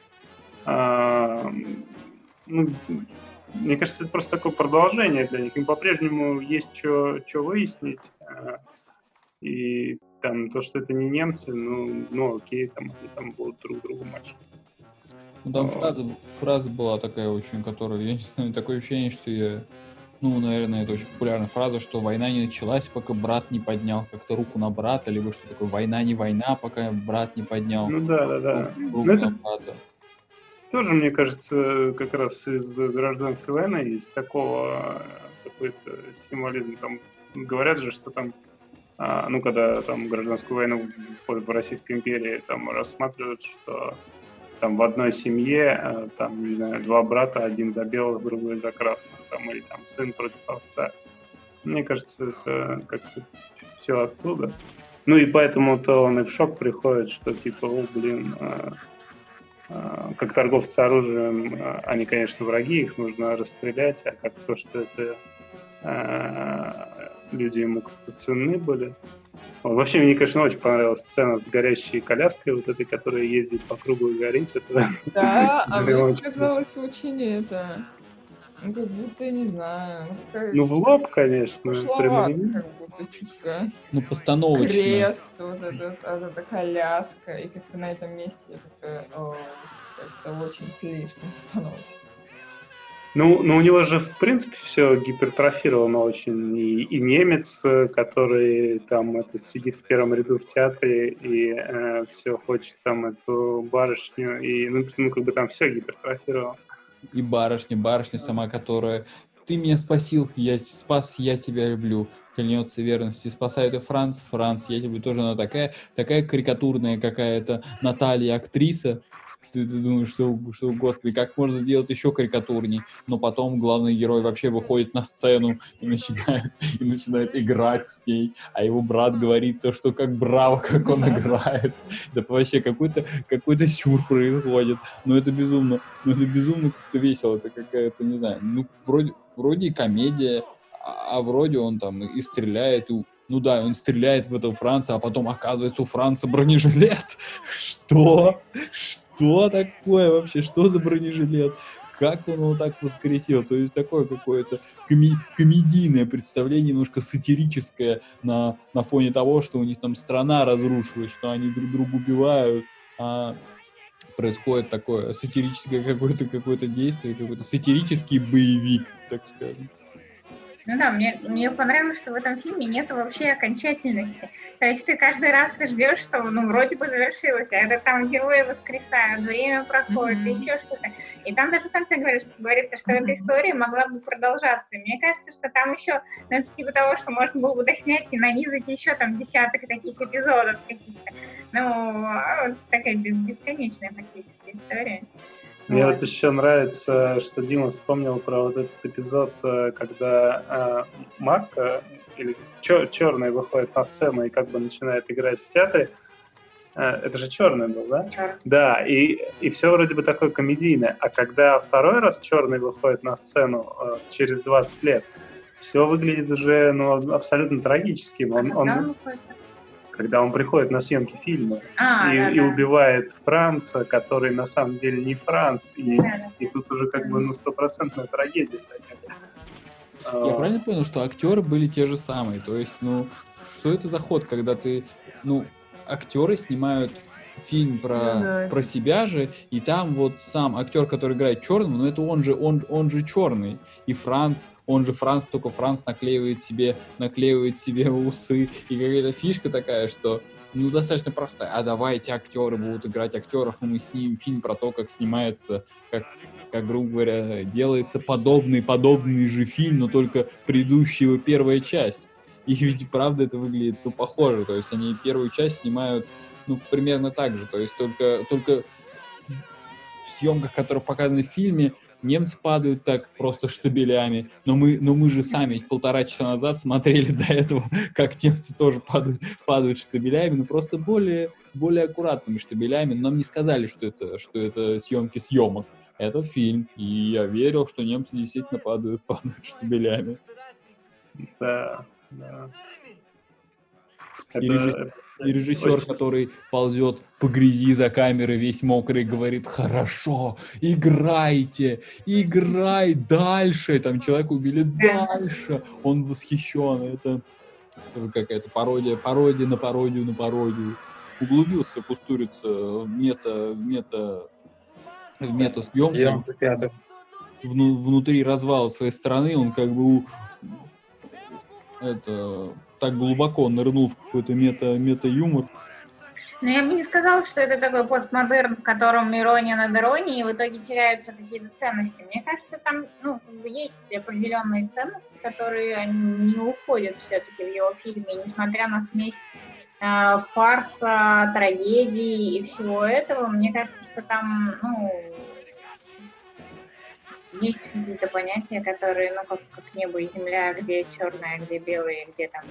Speaker 3: uh, ну, мне кажется, это просто такое продолжение для них. Им по-прежнему есть что выяснить. Uh, И там то, что это не немцы, ну, ну окей, там они там будут друг другу мочить.
Speaker 2: Ну, там фраза, фраза была такая очень, которая, я не знаю, такое ощущение, что я, ну, наверное, это очень популярная фраза, что война не началась, пока брат не поднял как-то руку на брата, либо что такое, война не война, пока брат не поднял
Speaker 3: ну, да, да, да.
Speaker 2: руку
Speaker 3: это
Speaker 2: на брата.
Speaker 3: Тоже, мне кажется, как раз из гражданской войны, из такого какой-то символизм. Там говорят же, что там А, ну, когда там гражданскую войну в Российской империи там рассматривают, что там в одной семье, там, не знаю, два брата, один за белых, другой за красных, там, или там сын против отца. Мне кажется, это как-то все оттуда. Ну, и поэтому-то он и в шок приходит, что типа, о, блин, а, а, как торговцы оружием, а, они, конечно, враги, их нужно расстрелять, а как то, что это... А, люди ему как-то ценны были. Вообще, мне, конечно, очень понравилась сцена с горящей коляской, вот этой, которая ездит по кругу и горит. Это
Speaker 4: да, а мне показалось очень это... Ну, как будто, не знаю...
Speaker 3: Ну, в лоб, конечно.
Speaker 4: Пошловато, как будто чуть-чуть.
Speaker 2: Ну, постановочно.
Speaker 4: Крест, вот эта, вот эта коляска, и как-то на этом месте я такая, о, как-то очень слишком постановочно.
Speaker 3: Ну, ну, у него же, в принципе, все гипертрофировано очень. И, и немец, который там это, сидит в первом ряду в театре и э, все хочет там эту барышню. И, ну, ну, как бы там все гипертрофировано.
Speaker 2: И барышня, барышня сама, которая... Ты меня спасил, я спас, я тебя люблю. клянется верности, спасает и Франц. Франц, я тебе тоже, она такая, такая карикатурная какая-то Наталья актриса. Ты, ты думаешь, что, что, господи, как можно сделать еще карикатурней? Но потом главный герой вообще выходит на сцену и начинает, и начинает играть с ней, а его брат говорит то, что как браво, как он играет. Да вообще какой-то, какой-то сюр происходит. Но это безумно, ну это безумно как-то весело. Это какая-то, не знаю, ну вроде, вроде и комедия, а, а вроде он там и стреляет, и ну да, он стреляет в этого Франца, а потом оказывается у Франца бронежилет. Что? Что такое вообще? Что за бронежилет? Как он его так воскресил? То есть такое какое-то коми- комедийное представление, немножко сатирическое на, на фоне того, что у них там страна разрушилась, что они друг друга убивают, а происходит такое сатирическое какое-то, какое-то действие, какой-то сатирический боевик, так скажем.
Speaker 5: Ну да, мне, мне понравилось, что в этом фильме нет вообще окончательности. То есть ты каждый раз ты ждешь, что ну вроде бы завершилось, а это там герои воскресают, время проходит, mm-hmm. еще что-то. И там даже в конце говорится, говорится, что mm-hmm. эта история могла бы продолжаться. И мне кажется, что там еще, ну это типа того, что можно было бы доснять и нанизать еще там десяток таких эпизодов каких-то. Ну, вот такая бесконечная фактически история.
Speaker 3: Мне вот. вот еще нравится, что Дима вспомнил про вот этот эпизод, когда э, Мак, э, или чер- черный выходит на сцену и как бы начинает играть в театре. Э, это же черный был, да?
Speaker 5: Черный.
Speaker 3: Да, и, и все вроде бы такое комедийное. А когда второй раз черный выходит на сцену э, через двадцать лет, все выглядит уже ну, абсолютно трагическим. Он,
Speaker 5: а
Speaker 3: он,
Speaker 5: он
Speaker 3: когда он приходит на съемки фильма
Speaker 5: а,
Speaker 3: и,
Speaker 5: да,
Speaker 3: и
Speaker 5: да.
Speaker 3: убивает Франца, который на самом деле не Франц, и,
Speaker 5: да, да.
Speaker 3: и тут уже как бы ну стопроцентная трагедия.
Speaker 2: Я а... правильно понял, что актеры были те же самые? То есть, ну, что это за ход, когда ты, ну, актеры снимают фильм про, да, про себя же, и там вот сам актер, который играет черным, ну это он же, он, он же черный. И Франц, он же Франц, только Франц наклеивает себе, наклеивает себе усы. И какая-то фишка такая, что ну достаточно простая. А давайте актеры будут играть актеров, и мы снимем фильм про то, как снимается, как, как грубо говоря, делается подобный, подобный же фильм, но только предыдущая его первая часть. И ведь правда это выглядит ну, похоже. То есть они первую часть снимают ну, примерно так же. То есть только, только в съемках, которые показаны в фильме, немцы падают так просто штабелями. Но мы, но мы же сами полтора часа назад смотрели до этого, как немцы тоже падают, падают штабелями, но просто более, более аккуратными штабелями. Но нам не сказали, что это, что это съемки съемок. Это фильм. И я верил, что немцы действительно падают, падают штабелями.
Speaker 3: Да, да.
Speaker 2: И режиссер, и режиссер очень... который ползет по грязи за камерой, весь мокрый, говорит: хорошо, играйте, играй дальше. Там человека убили дальше. Он восхищен. Это тоже какая-то пародия, пародия на пародию на пародию. Углубился Кустурица в мета, в мета, в мета-съемку. Вну, внутри развала своей страны он как бы это... так глубоко нырнул в какой-то мета, мета-юмор.
Speaker 5: Но я бы не сказала, что это такой постмодерн, в котором ирония над иронией, и в итоге теряются какие-то ценности. Мне кажется, там ну, есть определенные ценности, которые не уходят все-таки в его фильме, несмотря на смесь э, фарса, трагедии и всего этого. Мне кажется, что там ну, есть какие-то понятия, которые, ну, как, как небо и земля, где черное, где белое, где там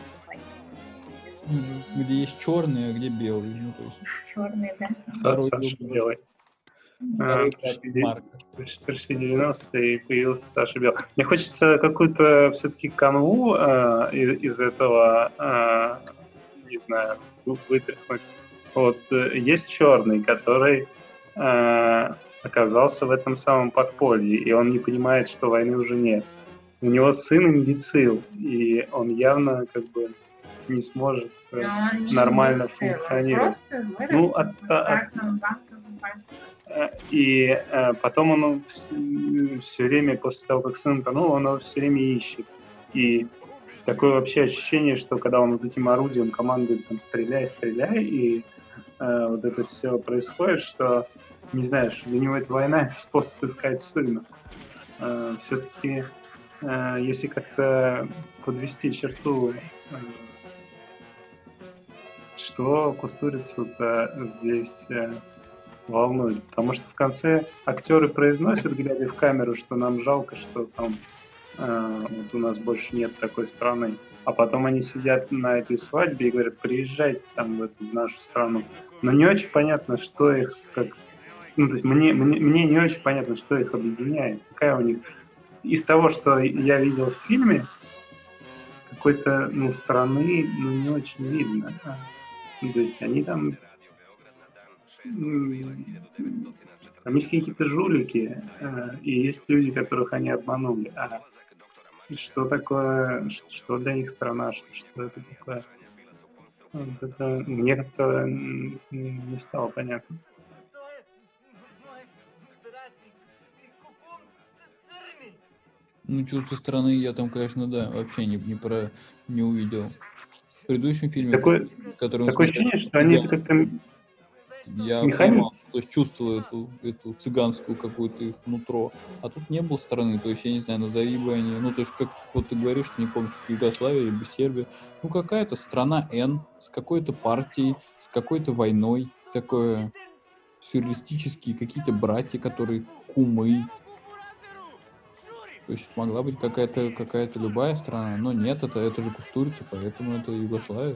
Speaker 2: где есть черные, а где белые. Ну, то есть...
Speaker 5: Черные, да.
Speaker 3: Саша Белый. А, пришли девяностые, и появился Саша Белый. Мне хочется какую-то все-таки канву а, из, из этого, а, не знаю, вытряхнуть. Вот есть черный, который а, оказался в этом самом подполье, и он не понимает, что войны уже нет. У него сын имбецил, и он явно как бы не сможет не нормально функционировать. Ну, отста... И э, потом он все, все время, после того, как сын утонул, он его все время ищет. И такое вообще ощущение, что когда он вот этим орудием командует, там, стреляй, стреляй, и э, вот это все происходит, что, не знаю, что для него это война, это способ искать сына. Э, все-таки э, если как-то подвести черту, э, что Кустурицу-то здесь э, волнует. Потому что в конце актеры произносят, глядя в камеру, что нам жалко, что там э, вот у нас больше нет такой страны. А потом они сидят на этой свадьбе и говорят, приезжайте там в эту в нашу страну. Но не очень понятно, что их как... Ну, то есть мне, мне, мне не очень понятно, что их объединяет. Какая у них... Из того, что я видел в фильме, какой-то, ну, страны, ну, не очень видно. Ну, то есть они там... Там есть какие-то жулики, и есть люди, которых они обманули. А что такое, что для них страна, что, что это такое? Вот это мне как-то не стало понятно.
Speaker 2: Ну, чувство страны я там, конечно, да, вообще не, не, про, не увидел. В предыдущем фильме,
Speaker 3: такое,
Speaker 2: который
Speaker 3: такое
Speaker 2: смотрел,
Speaker 3: ощущение, что они как-то
Speaker 2: я понимал, то есть чувствовал эту, эту цыганскую какую-то их нутро, а тут не было страны, то есть я не знаю, назови бы они, ну то есть как вот ты говоришь, что не помнишь, Югославия либо Сербия, ну какая-то страна N с какой-то партией, с какой-то войной, такое сюрреалистические какие-то братья, которые кумы. То есть могла быть какая-то какая-то любая страна, но нет, это, это же Кустурица, поэтому это Югославия.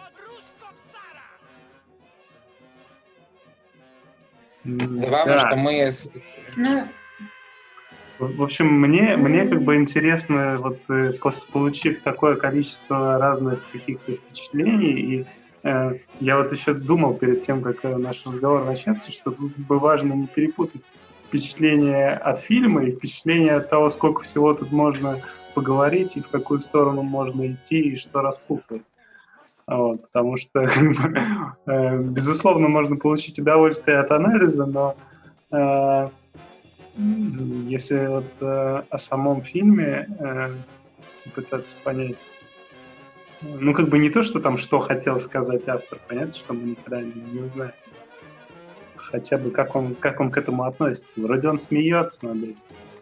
Speaker 1: Забавно,
Speaker 3: да.
Speaker 1: что мы...
Speaker 5: Ну,
Speaker 3: В общем, мне, мне как бы интересно, вот получив такое количество разных каких-то впечатлений, и э, я вот еще думал перед тем, как наш разговор начнется, что тут бы важно не перепутать впечатление от фильма и впечатление от того, сколько всего тут можно поговорить и в какую сторону можно идти и что распухает. Вот, потому что, как бы, э, безусловно, можно получить удовольствие от анализа, но э, если вот э, о самом фильме э, пытаться понять, ну, как бы не то, что там, что хотел сказать автор, понятно, что мы никогда не, не узнаем. Хотя бы, как он, как он к этому относится. Вроде он смеется над этим.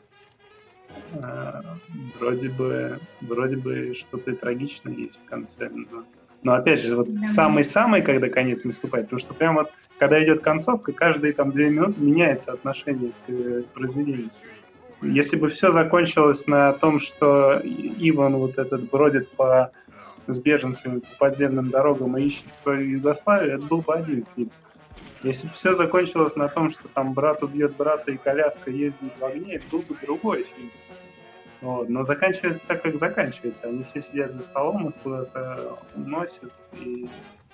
Speaker 3: Э, вроде бы, вроде бы что-то и трагичное есть в конце, но... Но опять же, вот
Speaker 5: Да.
Speaker 3: самый-самый, когда конец наступает, потому что прям вот, когда идет концовка, каждые там две минуты меняется отношение к, к произведению. Если бы все закончилось на том, что Иван вот этот бродит по, с беженцами по подземным дорогам и ищет свою Югославию, это был бы один фильм. Если бы все закончилось на том, что там брат убьет брата и коляска ездит в огне, это был бы другой фильм. Вот. Но заканчивается так, как заканчивается. Они все сидят за столом, их куда-то уносят, и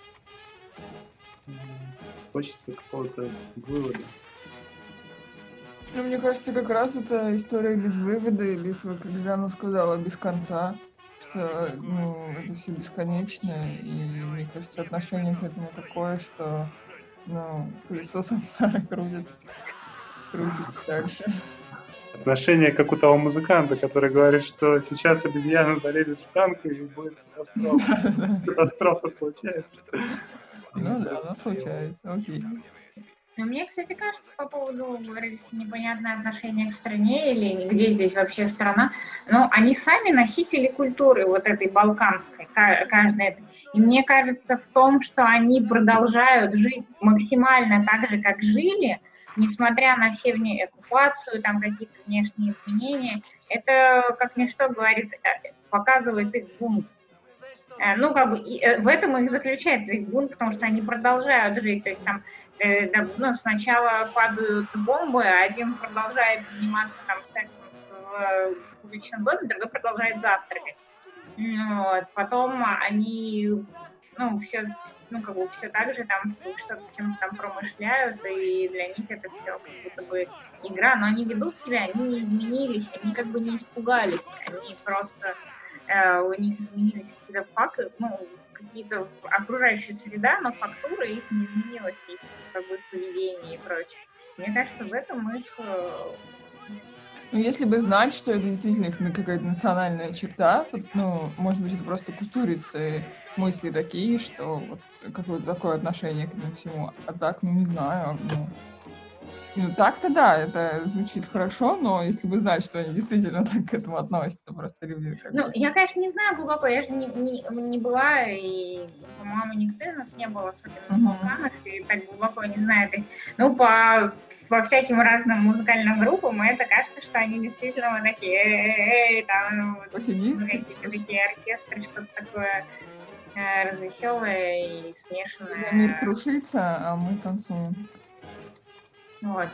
Speaker 3: хочется какого-то вывода.
Speaker 4: Ну, мне кажется, как раз это история без вывода, и без, вот, как Жанна сказала, без конца, что, ну, это все бесконечно, и, мне кажется, отношение к этому такое, что, ну, колесо сансары крутит, крутит дальше.
Speaker 3: Отношение как у того музыканта, который говорит, что сейчас обезьяна залезет в танк и будет катастрофа. Катастрофа случается.
Speaker 4: Ну да, она случается, окей.
Speaker 5: Но мне, кстати, кажется, по поводу, говорили, что непонятное отношение к стране или где здесь вообще страна, но они сами носители культуры вот этой балканской, каждая. И мне кажется в том, что они продолжают жить максимально так же, как жили, несмотря на все вне оккупацию, там какие-то внешние изменения. Это, как ничто говорит, показывает их бунт. Ну, как бы, и в этом их заключается их бунт, потому что они продолжают жить. То есть там э, да, ну, сначала падают бомбы, а один продолжает заниматься там сексом в, в публичном доме, другой продолжает завтракать. Вот. Потом они, ну, все, ну, как бы все так же там что-то чем-то там промышляют, и для них это все как будто бы игра, но они ведут себя, они не изменились, они как бы не испугались, они просто э, у них изменились какие-то факты, ну, какие-то окружающая среда, но фактура их не изменилась, их как бы поведение и прочее. Мне кажется, в этом их... Э,
Speaker 4: Ну, если бы знать, что это действительно их какая-то национальная черта, ну, может быть, это просто Кустурицы мысли такие, что вот какое-то такое отношение к этому всему. А так, ну, не знаю, ну, Ну, так-то да, это звучит хорошо, но если вы знаете, что они действительно так к этому относятся, то просто люди как
Speaker 5: Ну,
Speaker 4: бы...
Speaker 5: я, конечно, не знаю глубоко, я же не, не, не была, и, по-моему, никто из нас не был особенно в
Speaker 4: Мгм.
Speaker 5: Балканах, и так глубоко не знает. И, ну, по, по всяким разным музыкальным группам, это кажется, что они действительно вот такие, эй, там, вот,
Speaker 4: Пофигисты.
Speaker 5: какие-то такие оркестры, что-то такое э, развеселое и
Speaker 4: Когда мир
Speaker 5: смешанное.
Speaker 4: крушится, а мы танцуем.
Speaker 5: Вот.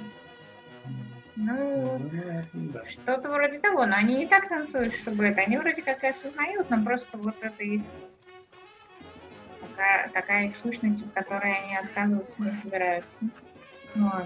Speaker 5: Ну,
Speaker 3: Да.
Speaker 5: что-то вроде того, но они не так танцуют, чтобы это. Они вроде как и осознают, но просто вот это их такая, такая их сущность, от которой они отказываться не собираются. Вот.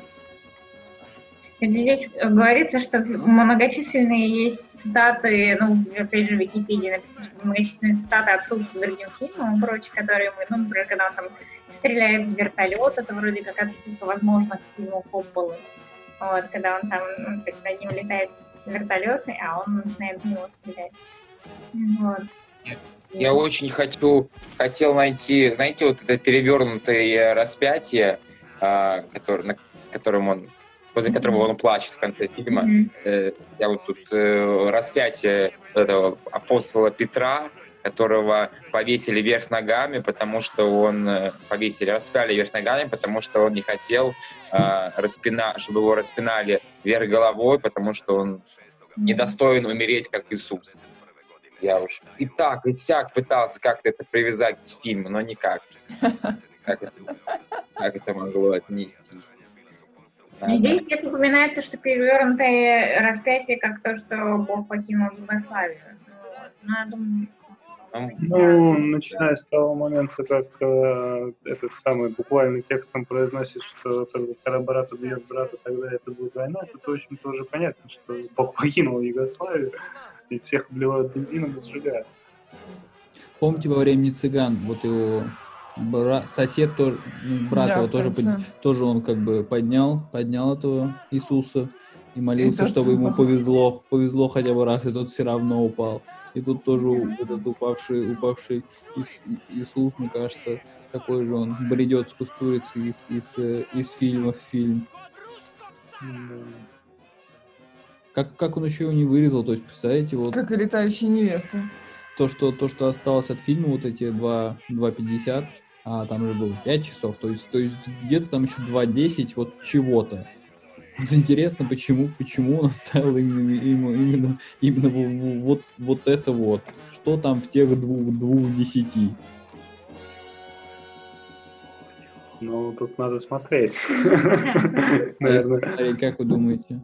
Speaker 5: Здесь говорится, что многочисленные есть цитаты, ну, опять же, в Википедии написано, что многочисленные цитаты отсылки к другим фильмам и прочее, которые мы, ну, например, когда он там стреляет в вертолет, это вроде как отсылка, возможно, к фильму Копполы. Вот, когда он там, ну, то есть над ним летает вертолет, а он начинает в него стрелять. Вот.
Speaker 1: Я очень хочу, хотел найти, знаете, вот это перевернутое распятие, а, который, на котором он, возле которого он плачет в конце фильма.
Speaker 5: Мгм.
Speaker 1: Э, Я вот тут э, распятие этого апостола Петра, которого повесили вверх ногами, потому что он э, повесили, распяли вверх ногами, потому что он не хотел, э, распина, чтобы его распинали вверх головой, потому что он недостоин умереть, как Иисус. Я уж и так, и сяк пытался как-то это привязать к фильму, но никак. Как это, как это могло отнестись?
Speaker 5: Ну, здесь нет, упоминается, что перевернутое распятие, как то, что Бог покинул Югославию. Вот. Ну, я думаю...
Speaker 3: Ну, начиная с того момента, как э, этот самый буквально текстом произносит, что только когда брат убьет брата, тогда это будет война, то, в общем-то, уже понятно, что Бог покинул Югославию, и всех обливают бензином и сжигают.
Speaker 2: Помните, во времени цыган, вот его бра- сосед, тоже, ну, брат
Speaker 4: Да,
Speaker 2: его
Speaker 4: в
Speaker 2: тоже,
Speaker 4: конце.
Speaker 2: под- тоже он как бы поднял, поднял этого Иисуса и молился,
Speaker 4: И тот
Speaker 2: чтобы ему
Speaker 4: упал.
Speaker 2: повезло, повезло хотя бы раз, и тот все равно упал. И тут тоже у- этот упавший, упавший Ис- И- Иисус, мне кажется, такой же он бредет с кустурицей из, из, э, из фильма в фильм. Как, как он еще его не вырезал, то есть, представляете, вот
Speaker 4: Как и летающие невесты.
Speaker 2: то, что, то, что осталось от фильма, вот эти два пятьдесят, а там же было пять часов, то есть, то есть где-то там еще два десять вот чего-то. Вот интересно, почему, почему он оставил именно, именно, именно, именно в- в- вот, вот это вот. Что там в тех двух, двух десяти?
Speaker 3: Ну, тут надо смотреть.
Speaker 2: А если
Speaker 3: Наверное.
Speaker 2: смотреть, как вы думаете?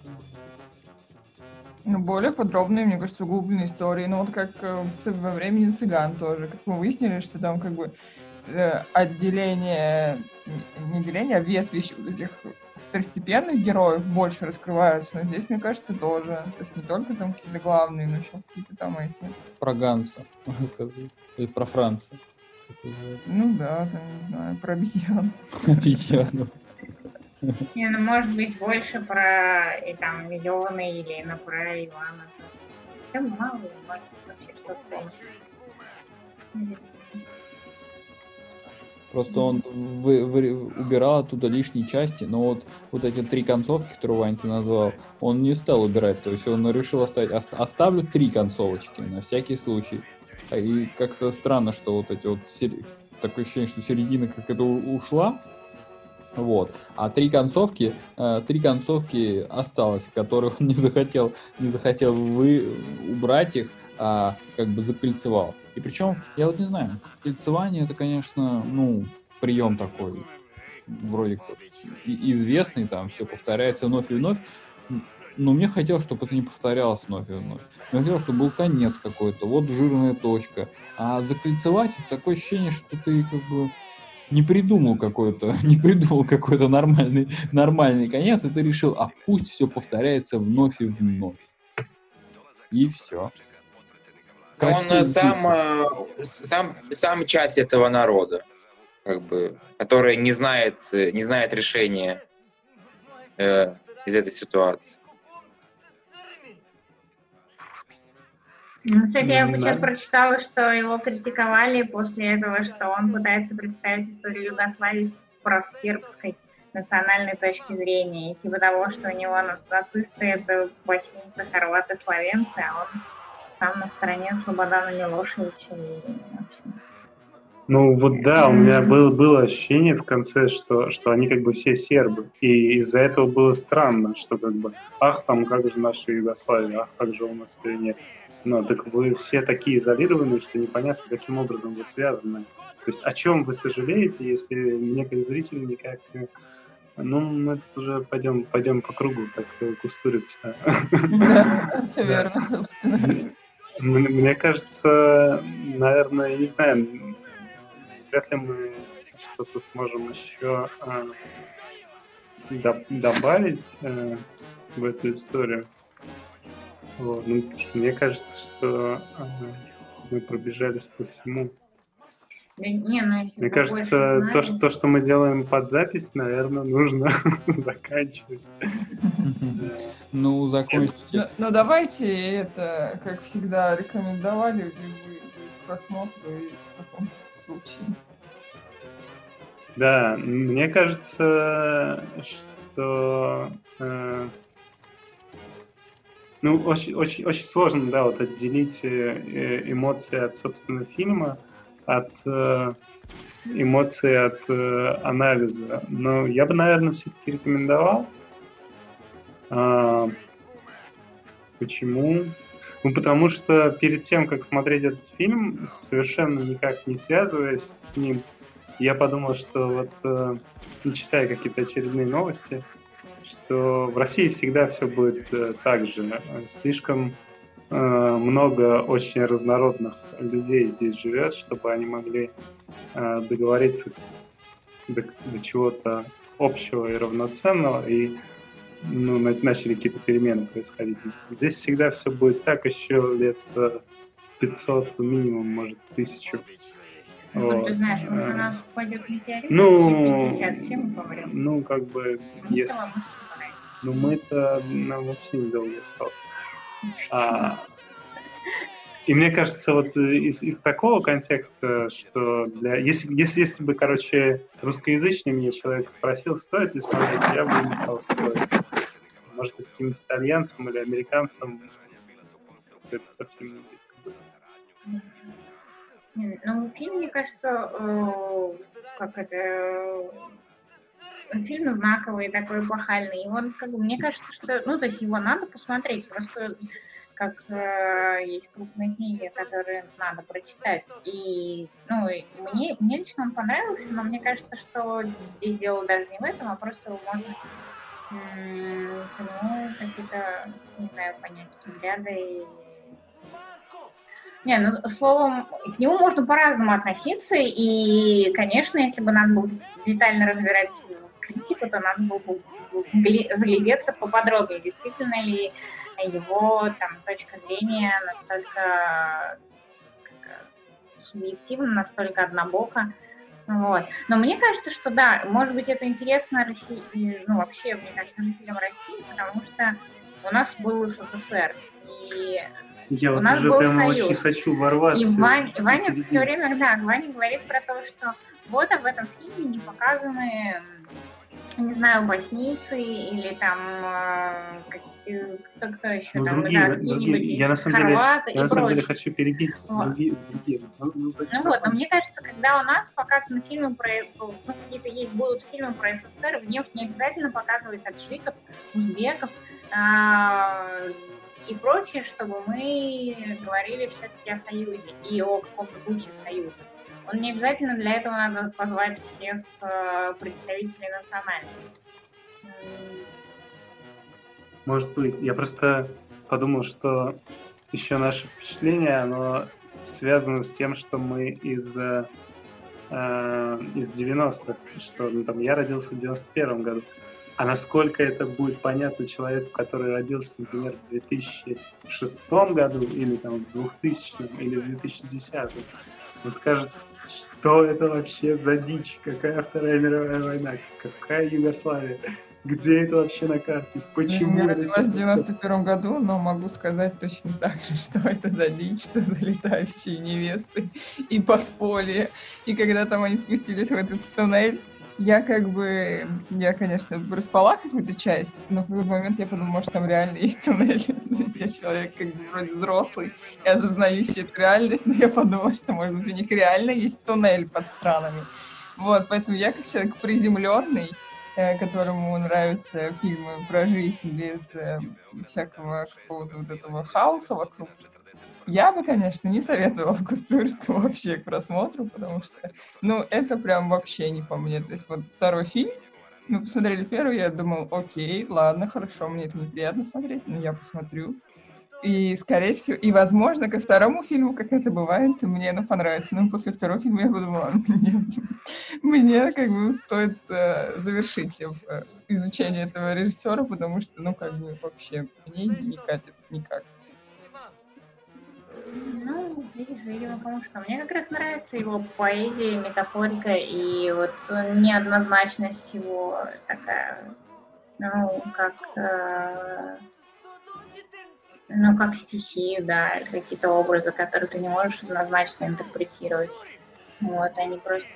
Speaker 4: Ну, более подробные, мне кажется, углубленные истории. Ну, вот как э, в ц- во времени цыган тоже. Как мы выяснили, что там как бы э, отделение, не не деление, а ветви еще вот этих второстепенных героев больше раскрываются. Но здесь, мне кажется, тоже. То есть не только там какие-то главные, но еще какие-то там эти.
Speaker 2: Про Ганса, можно сказать. Или про Франца.
Speaker 4: Ну да, там, не знаю, про обезьян.
Speaker 2: Обезьяну.
Speaker 5: Не, ну, может быть, больше про и, там, Миллионы или на про Ивана. Да мало, может, вообще что-то помню.
Speaker 2: Просто он вы- вы- убирал оттуда лишние части, но вот, вот эти три концовки, которые Вань ты назвал, он не стал убирать, то есть он решил оставить, ост- оставлю три концовочки на всякий случай. А И как-то странно, что вот эти вот, сер- такое ощущение, что середина как это у- ушла, вот, а три концовки, э, три концовки осталось, которых он не захотел, не захотел вы убрать их, а как бы закольцевал. И причем, я вот не знаю, кольцевание это, конечно, ну, прием такой, вроде как и- известный, там все повторяется вновь и вновь, но мне хотелось, чтобы это не повторялось вновь и вновь. Мне хотелось, чтобы был конец какой-то, вот жирная точка. А закольцевать это такое ощущение, что ты как бы не придумал какой-то, не придумал какой-то нормальный, нормальный конец, и ты решил, а пусть все повторяется вновь и вновь. И все.
Speaker 1: Но он э, сам, э, сам, сам часть этого народа, как бы, который не знает, э, не знает решения э, из этой ситуации.
Speaker 5: Ну, кстати, я
Speaker 3: М,
Speaker 5: сейчас
Speaker 3: да.
Speaker 5: прочитала, что его критиковали после этого, что он пытается представить историю Югославии с профсербской национальной точки зрения. И типа того, что у него нацисты — это боснийцы, хорваты, словенцы, а он сам на стороне Слободана Милошевича. И...
Speaker 3: Ну вот да, у меня было, было ощущение в конце, что, что они как бы все сербы. И из-за этого было странно, что как бы, ах, там как же наша Югославия, ах, как же у нас ее нет. Ну, так вы все такие изолированные, что непонятно, каким образом вы связаны. То есть о чем вы сожалеете, если некоторые зрители никак... Ну, мы уже пойдем, пойдем по кругу, как Кустурица.
Speaker 4: Да, все верно, собственно.
Speaker 3: Мне кажется, наверное, я не знаю, вряд ли мы что-то сможем еще а, до, добавить а, в эту историю. Вот. Ну, мне кажется, что а, мы пробежались по всему.
Speaker 5: Да, не, ну,
Speaker 3: мне кажется, то что, то, что мы делаем под запись, наверное, нужно заканчивать.
Speaker 2: Ну, закончите.
Speaker 4: Ну, давайте это, как всегда, рекомендовали к просмотру и в таком случае.
Speaker 3: Да, мне кажется, что э, ну, очень, очень, очень сложно, да, вот отделить эмоции от, собственно, фильма, от э, эмоций от э, анализа. Но я бы, наверное, все-таки рекомендовал. А, почему? Ну, потому что перед тем, как смотреть этот фильм, совершенно никак не связываясь с ним, я подумал, что вот, э, не читая какие-то очередные новости, что в России всегда все будет э, так же. Слишком э, много очень разнородных людей здесь живет, чтобы они могли э, договориться до, до чего-то общего и равноценного, и ну, начали какие-то перемены происходить. Здесь всегда все будет так еще лет пятьсот минимум, может, тысячу.
Speaker 5: Ну,
Speaker 3: вот.
Speaker 5: Ты знаешь, у нас пойдет метеорит,
Speaker 3: ну,
Speaker 5: пятьдесят, все мы говорим.
Speaker 3: Ну, как бы,
Speaker 5: Мы
Speaker 3: если... Ну, мы-то нам вообще недолго осталось. А, и мне кажется, вот из, из такого контекста, что для... Если, если, если бы, короче, русскоязычный меня человек спросил, стоит ли смотреть, я бы не стал стоить. Может быть, каким-нибудь итальянцам или американцам это совсем не близко будет.
Speaker 5: Ну, фильм, мне кажется, э, как это... Фильм знаковый, такой эпохальный. И он, как бы, мне кажется, что... Ну, то есть его надо посмотреть. Просто как э, есть крупные книги, которые надо прочитать. И, ну, и мне, мне лично он понравился, но мне кажется, что здесь дело даже не в этом, а просто его можно... Ну, какие-то, не знаю, понять, взгляды и... Не, ну, словом, к нему можно по-разному относиться, и, конечно, если бы надо было детально разбирать критику, то надо было бы вглядеться поподробнее, действительно ли его там точка зрения настолько субъективна, настолько однобока. Вот. Но мне кажется, что да, может быть, это интересно России, ну, вообще, мне кажется, жителям России, потому что у нас был СССР, и
Speaker 3: я
Speaker 5: у
Speaker 3: вот
Speaker 5: нас
Speaker 3: уже
Speaker 5: был
Speaker 3: прям
Speaker 5: союз.
Speaker 3: очень хочу ворваться.
Speaker 5: И Вань, Ваня все время, да, Ваня говорит про то, что вот а в этом фильме не показаны, не знаю, боснийцы или там кто, кто еще
Speaker 3: ну,
Speaker 5: там,
Speaker 3: другие,
Speaker 5: да,
Speaker 3: другие. Я на самом
Speaker 5: хорваты
Speaker 3: деле, я на самом деле хочу перебить с, вот. други, с другими. Ну, ну,
Speaker 5: ну вот, но мне кажется, когда у нас показаны фильмы про, ну, какие-то есть, будут фильмы про СССР, в них не обязательно показывают таджиков, узбеков, а, и прочее, чтобы мы говорили все-таки о союзе и о каком-то духе союза. Он не обязательно для этого надо позвать всех э, представителей национальности.
Speaker 3: Может быть. Я просто подумал, что еще наше впечатление, оно связано с тем, что мы из, э, из девяностых, что ну, там, я родился в девяносто первом году. А насколько это будет понятно человеку, который родился, например, в две тысячи шестом году, или там в двухтысячном, или в две тысячи десятом, он скажет, что это вообще за дичь, какая Вторая мировая война, какая Югославия, где это вообще на карте, почему...
Speaker 4: Я родилась в девяносто первом году, но могу сказать точно так же, что это за дичь, что за летающие невесты и подполье. И когда там они спустились в этот туннель, я как бы, я, конечно, проспала какую-то часть, но в какой-то момент я подумала, что там реально есть туннель. То есть я человек как бы вроде взрослый и осознающий эту реальность, но я подумала, что, может быть, у них реально есть туннель под странами. Вот, поэтому я как человек приземленный, э, которому нравятся фильмы про жизнь без э, всякого какого-то вот этого хаоса вокруг, я бы, конечно, не советовала Кустурицу вообще к просмотру, потому что, ну, это прям вообще не по мне. То есть вот второй фильм, мы посмотрели первый, я думал, окей, ладно, хорошо, мне это неприятно смотреть, но я посмотрю. И, скорее всего, и, возможно, ко второму фильму, как это бывает, мне оно понравится. Но после второго фильма я подумала, нет, мне как бы стоит э, завершить э, изучение этого режиссера, потому что, ну, как бы вообще мне не катит никак.
Speaker 5: Ну, видишь, видимо, потому что мне как раз нравится его поэзия, метафорика и вот неоднозначность его такая, ну, как, э, ну, как стихи, да, или какие-то образы, которые ты не можешь однозначно интерпретировать. Вот, они просто...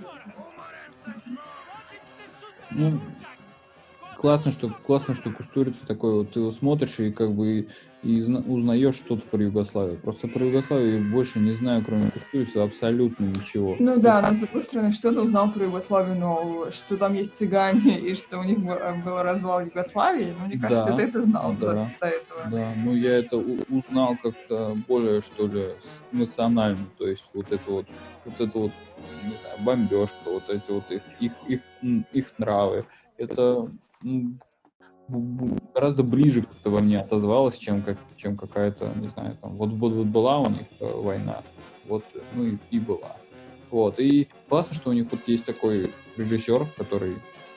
Speaker 2: Ну, классно, что классно, что Кустурица такой, вот ты его смотришь и как бы и узнаешь что-то про Югославию. Просто про Югославию я больше не знаю, кроме Кустурицы, абсолютно ничего.
Speaker 4: Ну да, но с другой стороны, что-то узнал про Югославию нового, что там есть цыгане и что у них был, был развал Югославии. Ну, мне кажется,
Speaker 2: Да,
Speaker 4: ты это знал
Speaker 2: да,
Speaker 4: до, до этого.
Speaker 2: Да, ну я это у- узнал как-то более, что ли, эмоционально. То есть вот это вот, вот это вот, не знаю, бомбежка, вот эти вот их, их, их, м, их нравы. Это м, бу- бу- гораздо ближе как-то во мне отозвалось, чем, как, чем какая-то, не знаю, там, вот, вот, вот была у них э, война, вот, ну и, и была. Вот, и классно, что у них вот есть такой режиссер, который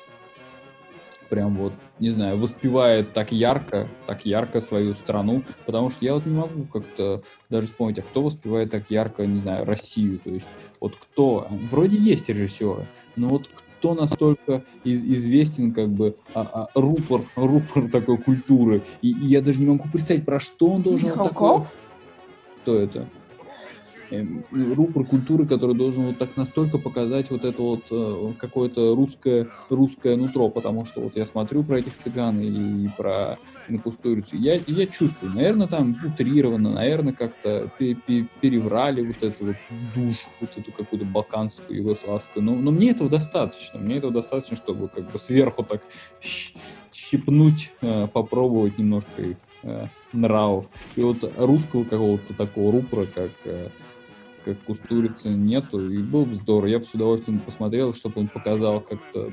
Speaker 2: прям вот, не знаю, воспевает так ярко, так ярко свою страну, потому что я вот не могу как-то даже вспомнить, а кто воспевает так ярко, не знаю, Россию, то есть вот кто, вроде есть режиссеры, но вот кто настолько из- известен, как бы, а, а, рупор, рупор такой культуры, и, и я даже не могу представить, про что он должен вот такое...
Speaker 4: Михалков?
Speaker 2: Кто это? Эм, рупор культуры, который должен вот так настолько показать вот это вот э, какое-то русское, русское нутро, потому что вот я смотрю про этих цыган и, и про Кустурицу, я, я чувствую, наверное, там утрированно, наверное, как-то пе- пе- переврали вот эту вот душу, вот эту какую-то балканскую, югославскую, но, но мне этого достаточно, мне этого достаточно, чтобы как бы сверху так щ- щипнуть, э, попробовать немножко их э, нравов. И вот русского какого-то такого рупора, как э, как Кустурицы, нету, и было бы здорово. Я бы с удовольствием посмотрел, чтобы он показал как-то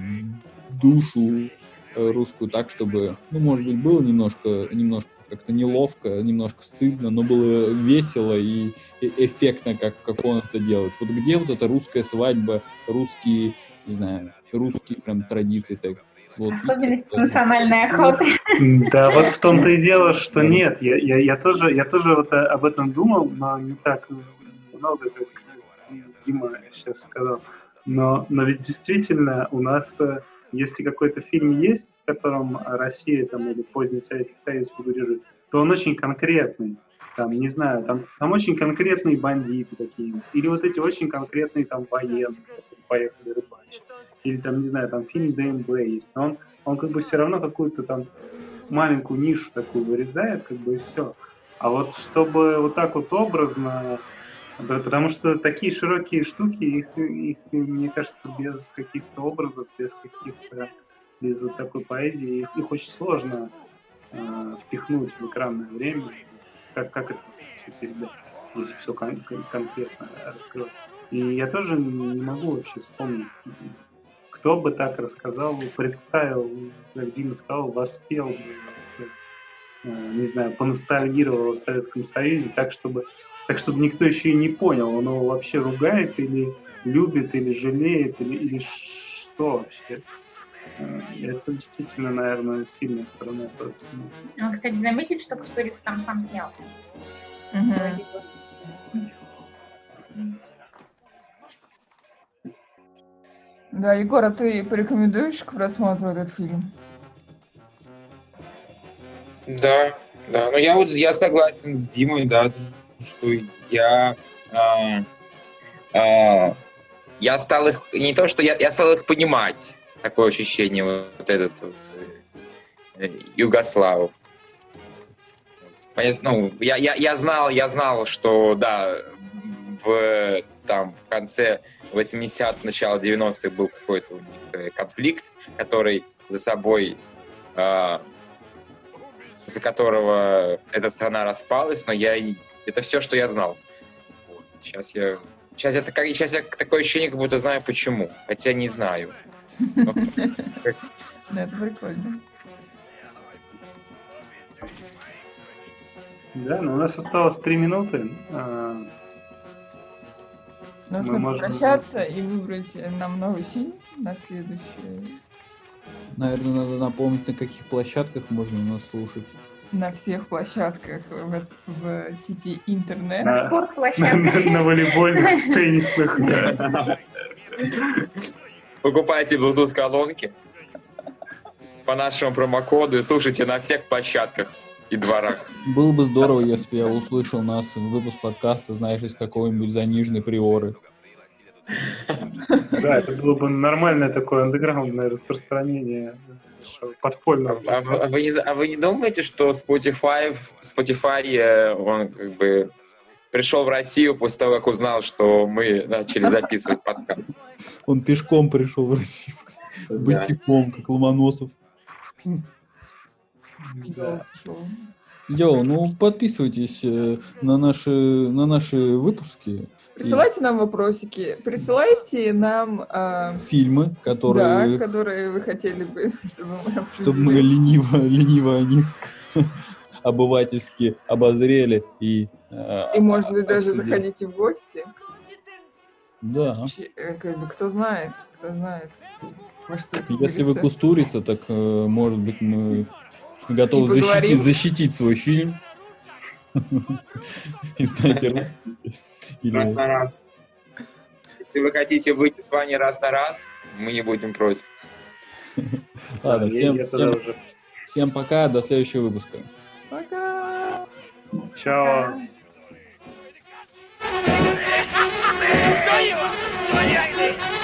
Speaker 2: душу э, русскую так, чтобы, ну, может быть, было немножко, немножко как-то неловко, немножко стыдно, но было весело и э- эффектно, как, как он это делает. Вот где вот эта русская свадьба, русские, не знаю, русские прям традиции, так вот.
Speaker 5: Особенности национальной охоты.
Speaker 3: Да, вот в том-то и дело, что нет. Я, я, я тоже, я тоже вот об этом думал, но не так много, как Дима сейчас сказал. Но, но ведь действительно у нас, если какой-то фильм есть, в котором Россия там, или поздний Советский Союз фигурирует, то он очень конкретный. Там, не знаю, там, там очень конкретные бандиты такие. Или вот эти очень конкретные там военные, которые поехали рыбачить. Или там, не знаю, там фильм ДМБ есть. Но он, он как бы все равно какую-то там маленькую нишу такую вырезает, как бы и все. А вот чтобы вот так вот образно, потому что такие широкие штуки, их, их мне кажется, без каких-то образов, без каких-то, без вот такой поэзии, их, их очень сложно э, впихнуть в экранное время. Как, как это все передать, если все кон- кон- конкретно раскрывать. И я тоже не могу вообще вспомнить, кто бы так рассказал, представил, как Дима сказал, воспел, не знаю, поностальгировал о Советском Союзе, так, чтобы, так, чтобы никто еще и не понял, он его вообще ругает или любит, или жалеет, или, или что вообще. Это действительно, наверное, сильная сторона этого фильма.
Speaker 5: Ну, кстати, заметили, что Кустурица там сам снялся?
Speaker 4: Угу. Да, Егор, а ты порекомендуешь к просмотру этот фильм?
Speaker 1: Да, да. Но я вот я согласен с Димой, да, что я а, а, я стал их, не то, что я, я стал их понимать, такое ощущение, вот этот вот э, Югославов. Ну, я, я, я знал, я знал, что, да, в, там, в конце восьмидесятых, начало девяностых был какой-то у них конфликт, который за собой, э, после которого эта страна распалась, но я, это все, что я знал. Вот. Сейчас я, сейчас я, такое, сейчас я такое ощущение, как будто знаю почему, хотя не знаю.
Speaker 4: Ну, это прикольно.
Speaker 3: Да, но у нас осталось три минуты.
Speaker 4: Нужно
Speaker 3: можем...
Speaker 4: попрощаться и выбрать нам новый фильм на следующий.
Speaker 2: Наверное, надо напомнить, на каких площадках можно нас слушать.
Speaker 4: На всех площадках в, в сети интернет.
Speaker 3: На,
Speaker 5: Спортплощадках.
Speaker 3: на, на волейбольных, теннисных.
Speaker 1: Покупайте Bluetooth-колонки по нашему промокоду и слушайте на всех площадках и дворах.
Speaker 2: Было бы здорово, если бы я услышал нас в выпуск подкаста, знаешь, из какой-нибудь заниженной приоры.
Speaker 3: Да, это было бы нормальное такое андеграундное распространение подпольного.
Speaker 1: А, а, вы, не, а вы не думаете, что Spotify, Spotify, он как бы пришел в Россию после того, как узнал, что мы начали записывать подкаст?
Speaker 2: Он пешком пришел в Россию. Босиком, как Ломоносов.
Speaker 4: Да.
Speaker 2: Йоу, ну подписывайтесь э, на наши, на наши выпуски.
Speaker 4: Присылайте нам вопросики, присылайте нам э,
Speaker 2: фильмы, которые,
Speaker 4: да, которые вы хотели бы, чтобы мы обсудили.
Speaker 2: Чтобы мы лениво, лениво о них обывательски обозрели. И, э,
Speaker 4: и может быть, даже
Speaker 2: обсудили.
Speaker 4: заходите в гости.
Speaker 2: Да.
Speaker 4: Ч- как бы, кто знает, кто знает, во что это
Speaker 2: Если вы
Speaker 4: выльется.
Speaker 2: кустурица, так, э, может быть, мы готовы
Speaker 4: И поговорим.
Speaker 2: защитить, защитить свой фильм. И знаете, русский. Или-
Speaker 1: Раз на раз. Если вы хотите выйти с Ваней раз на раз, мы не будем против.
Speaker 2: Ладно,
Speaker 3: Я-
Speaker 2: всем,
Speaker 3: я тогда
Speaker 2: всем,
Speaker 3: уже-
Speaker 2: всем пока, до следующего выпуска.
Speaker 4: Пока!
Speaker 3: Чао.
Speaker 6: Go you!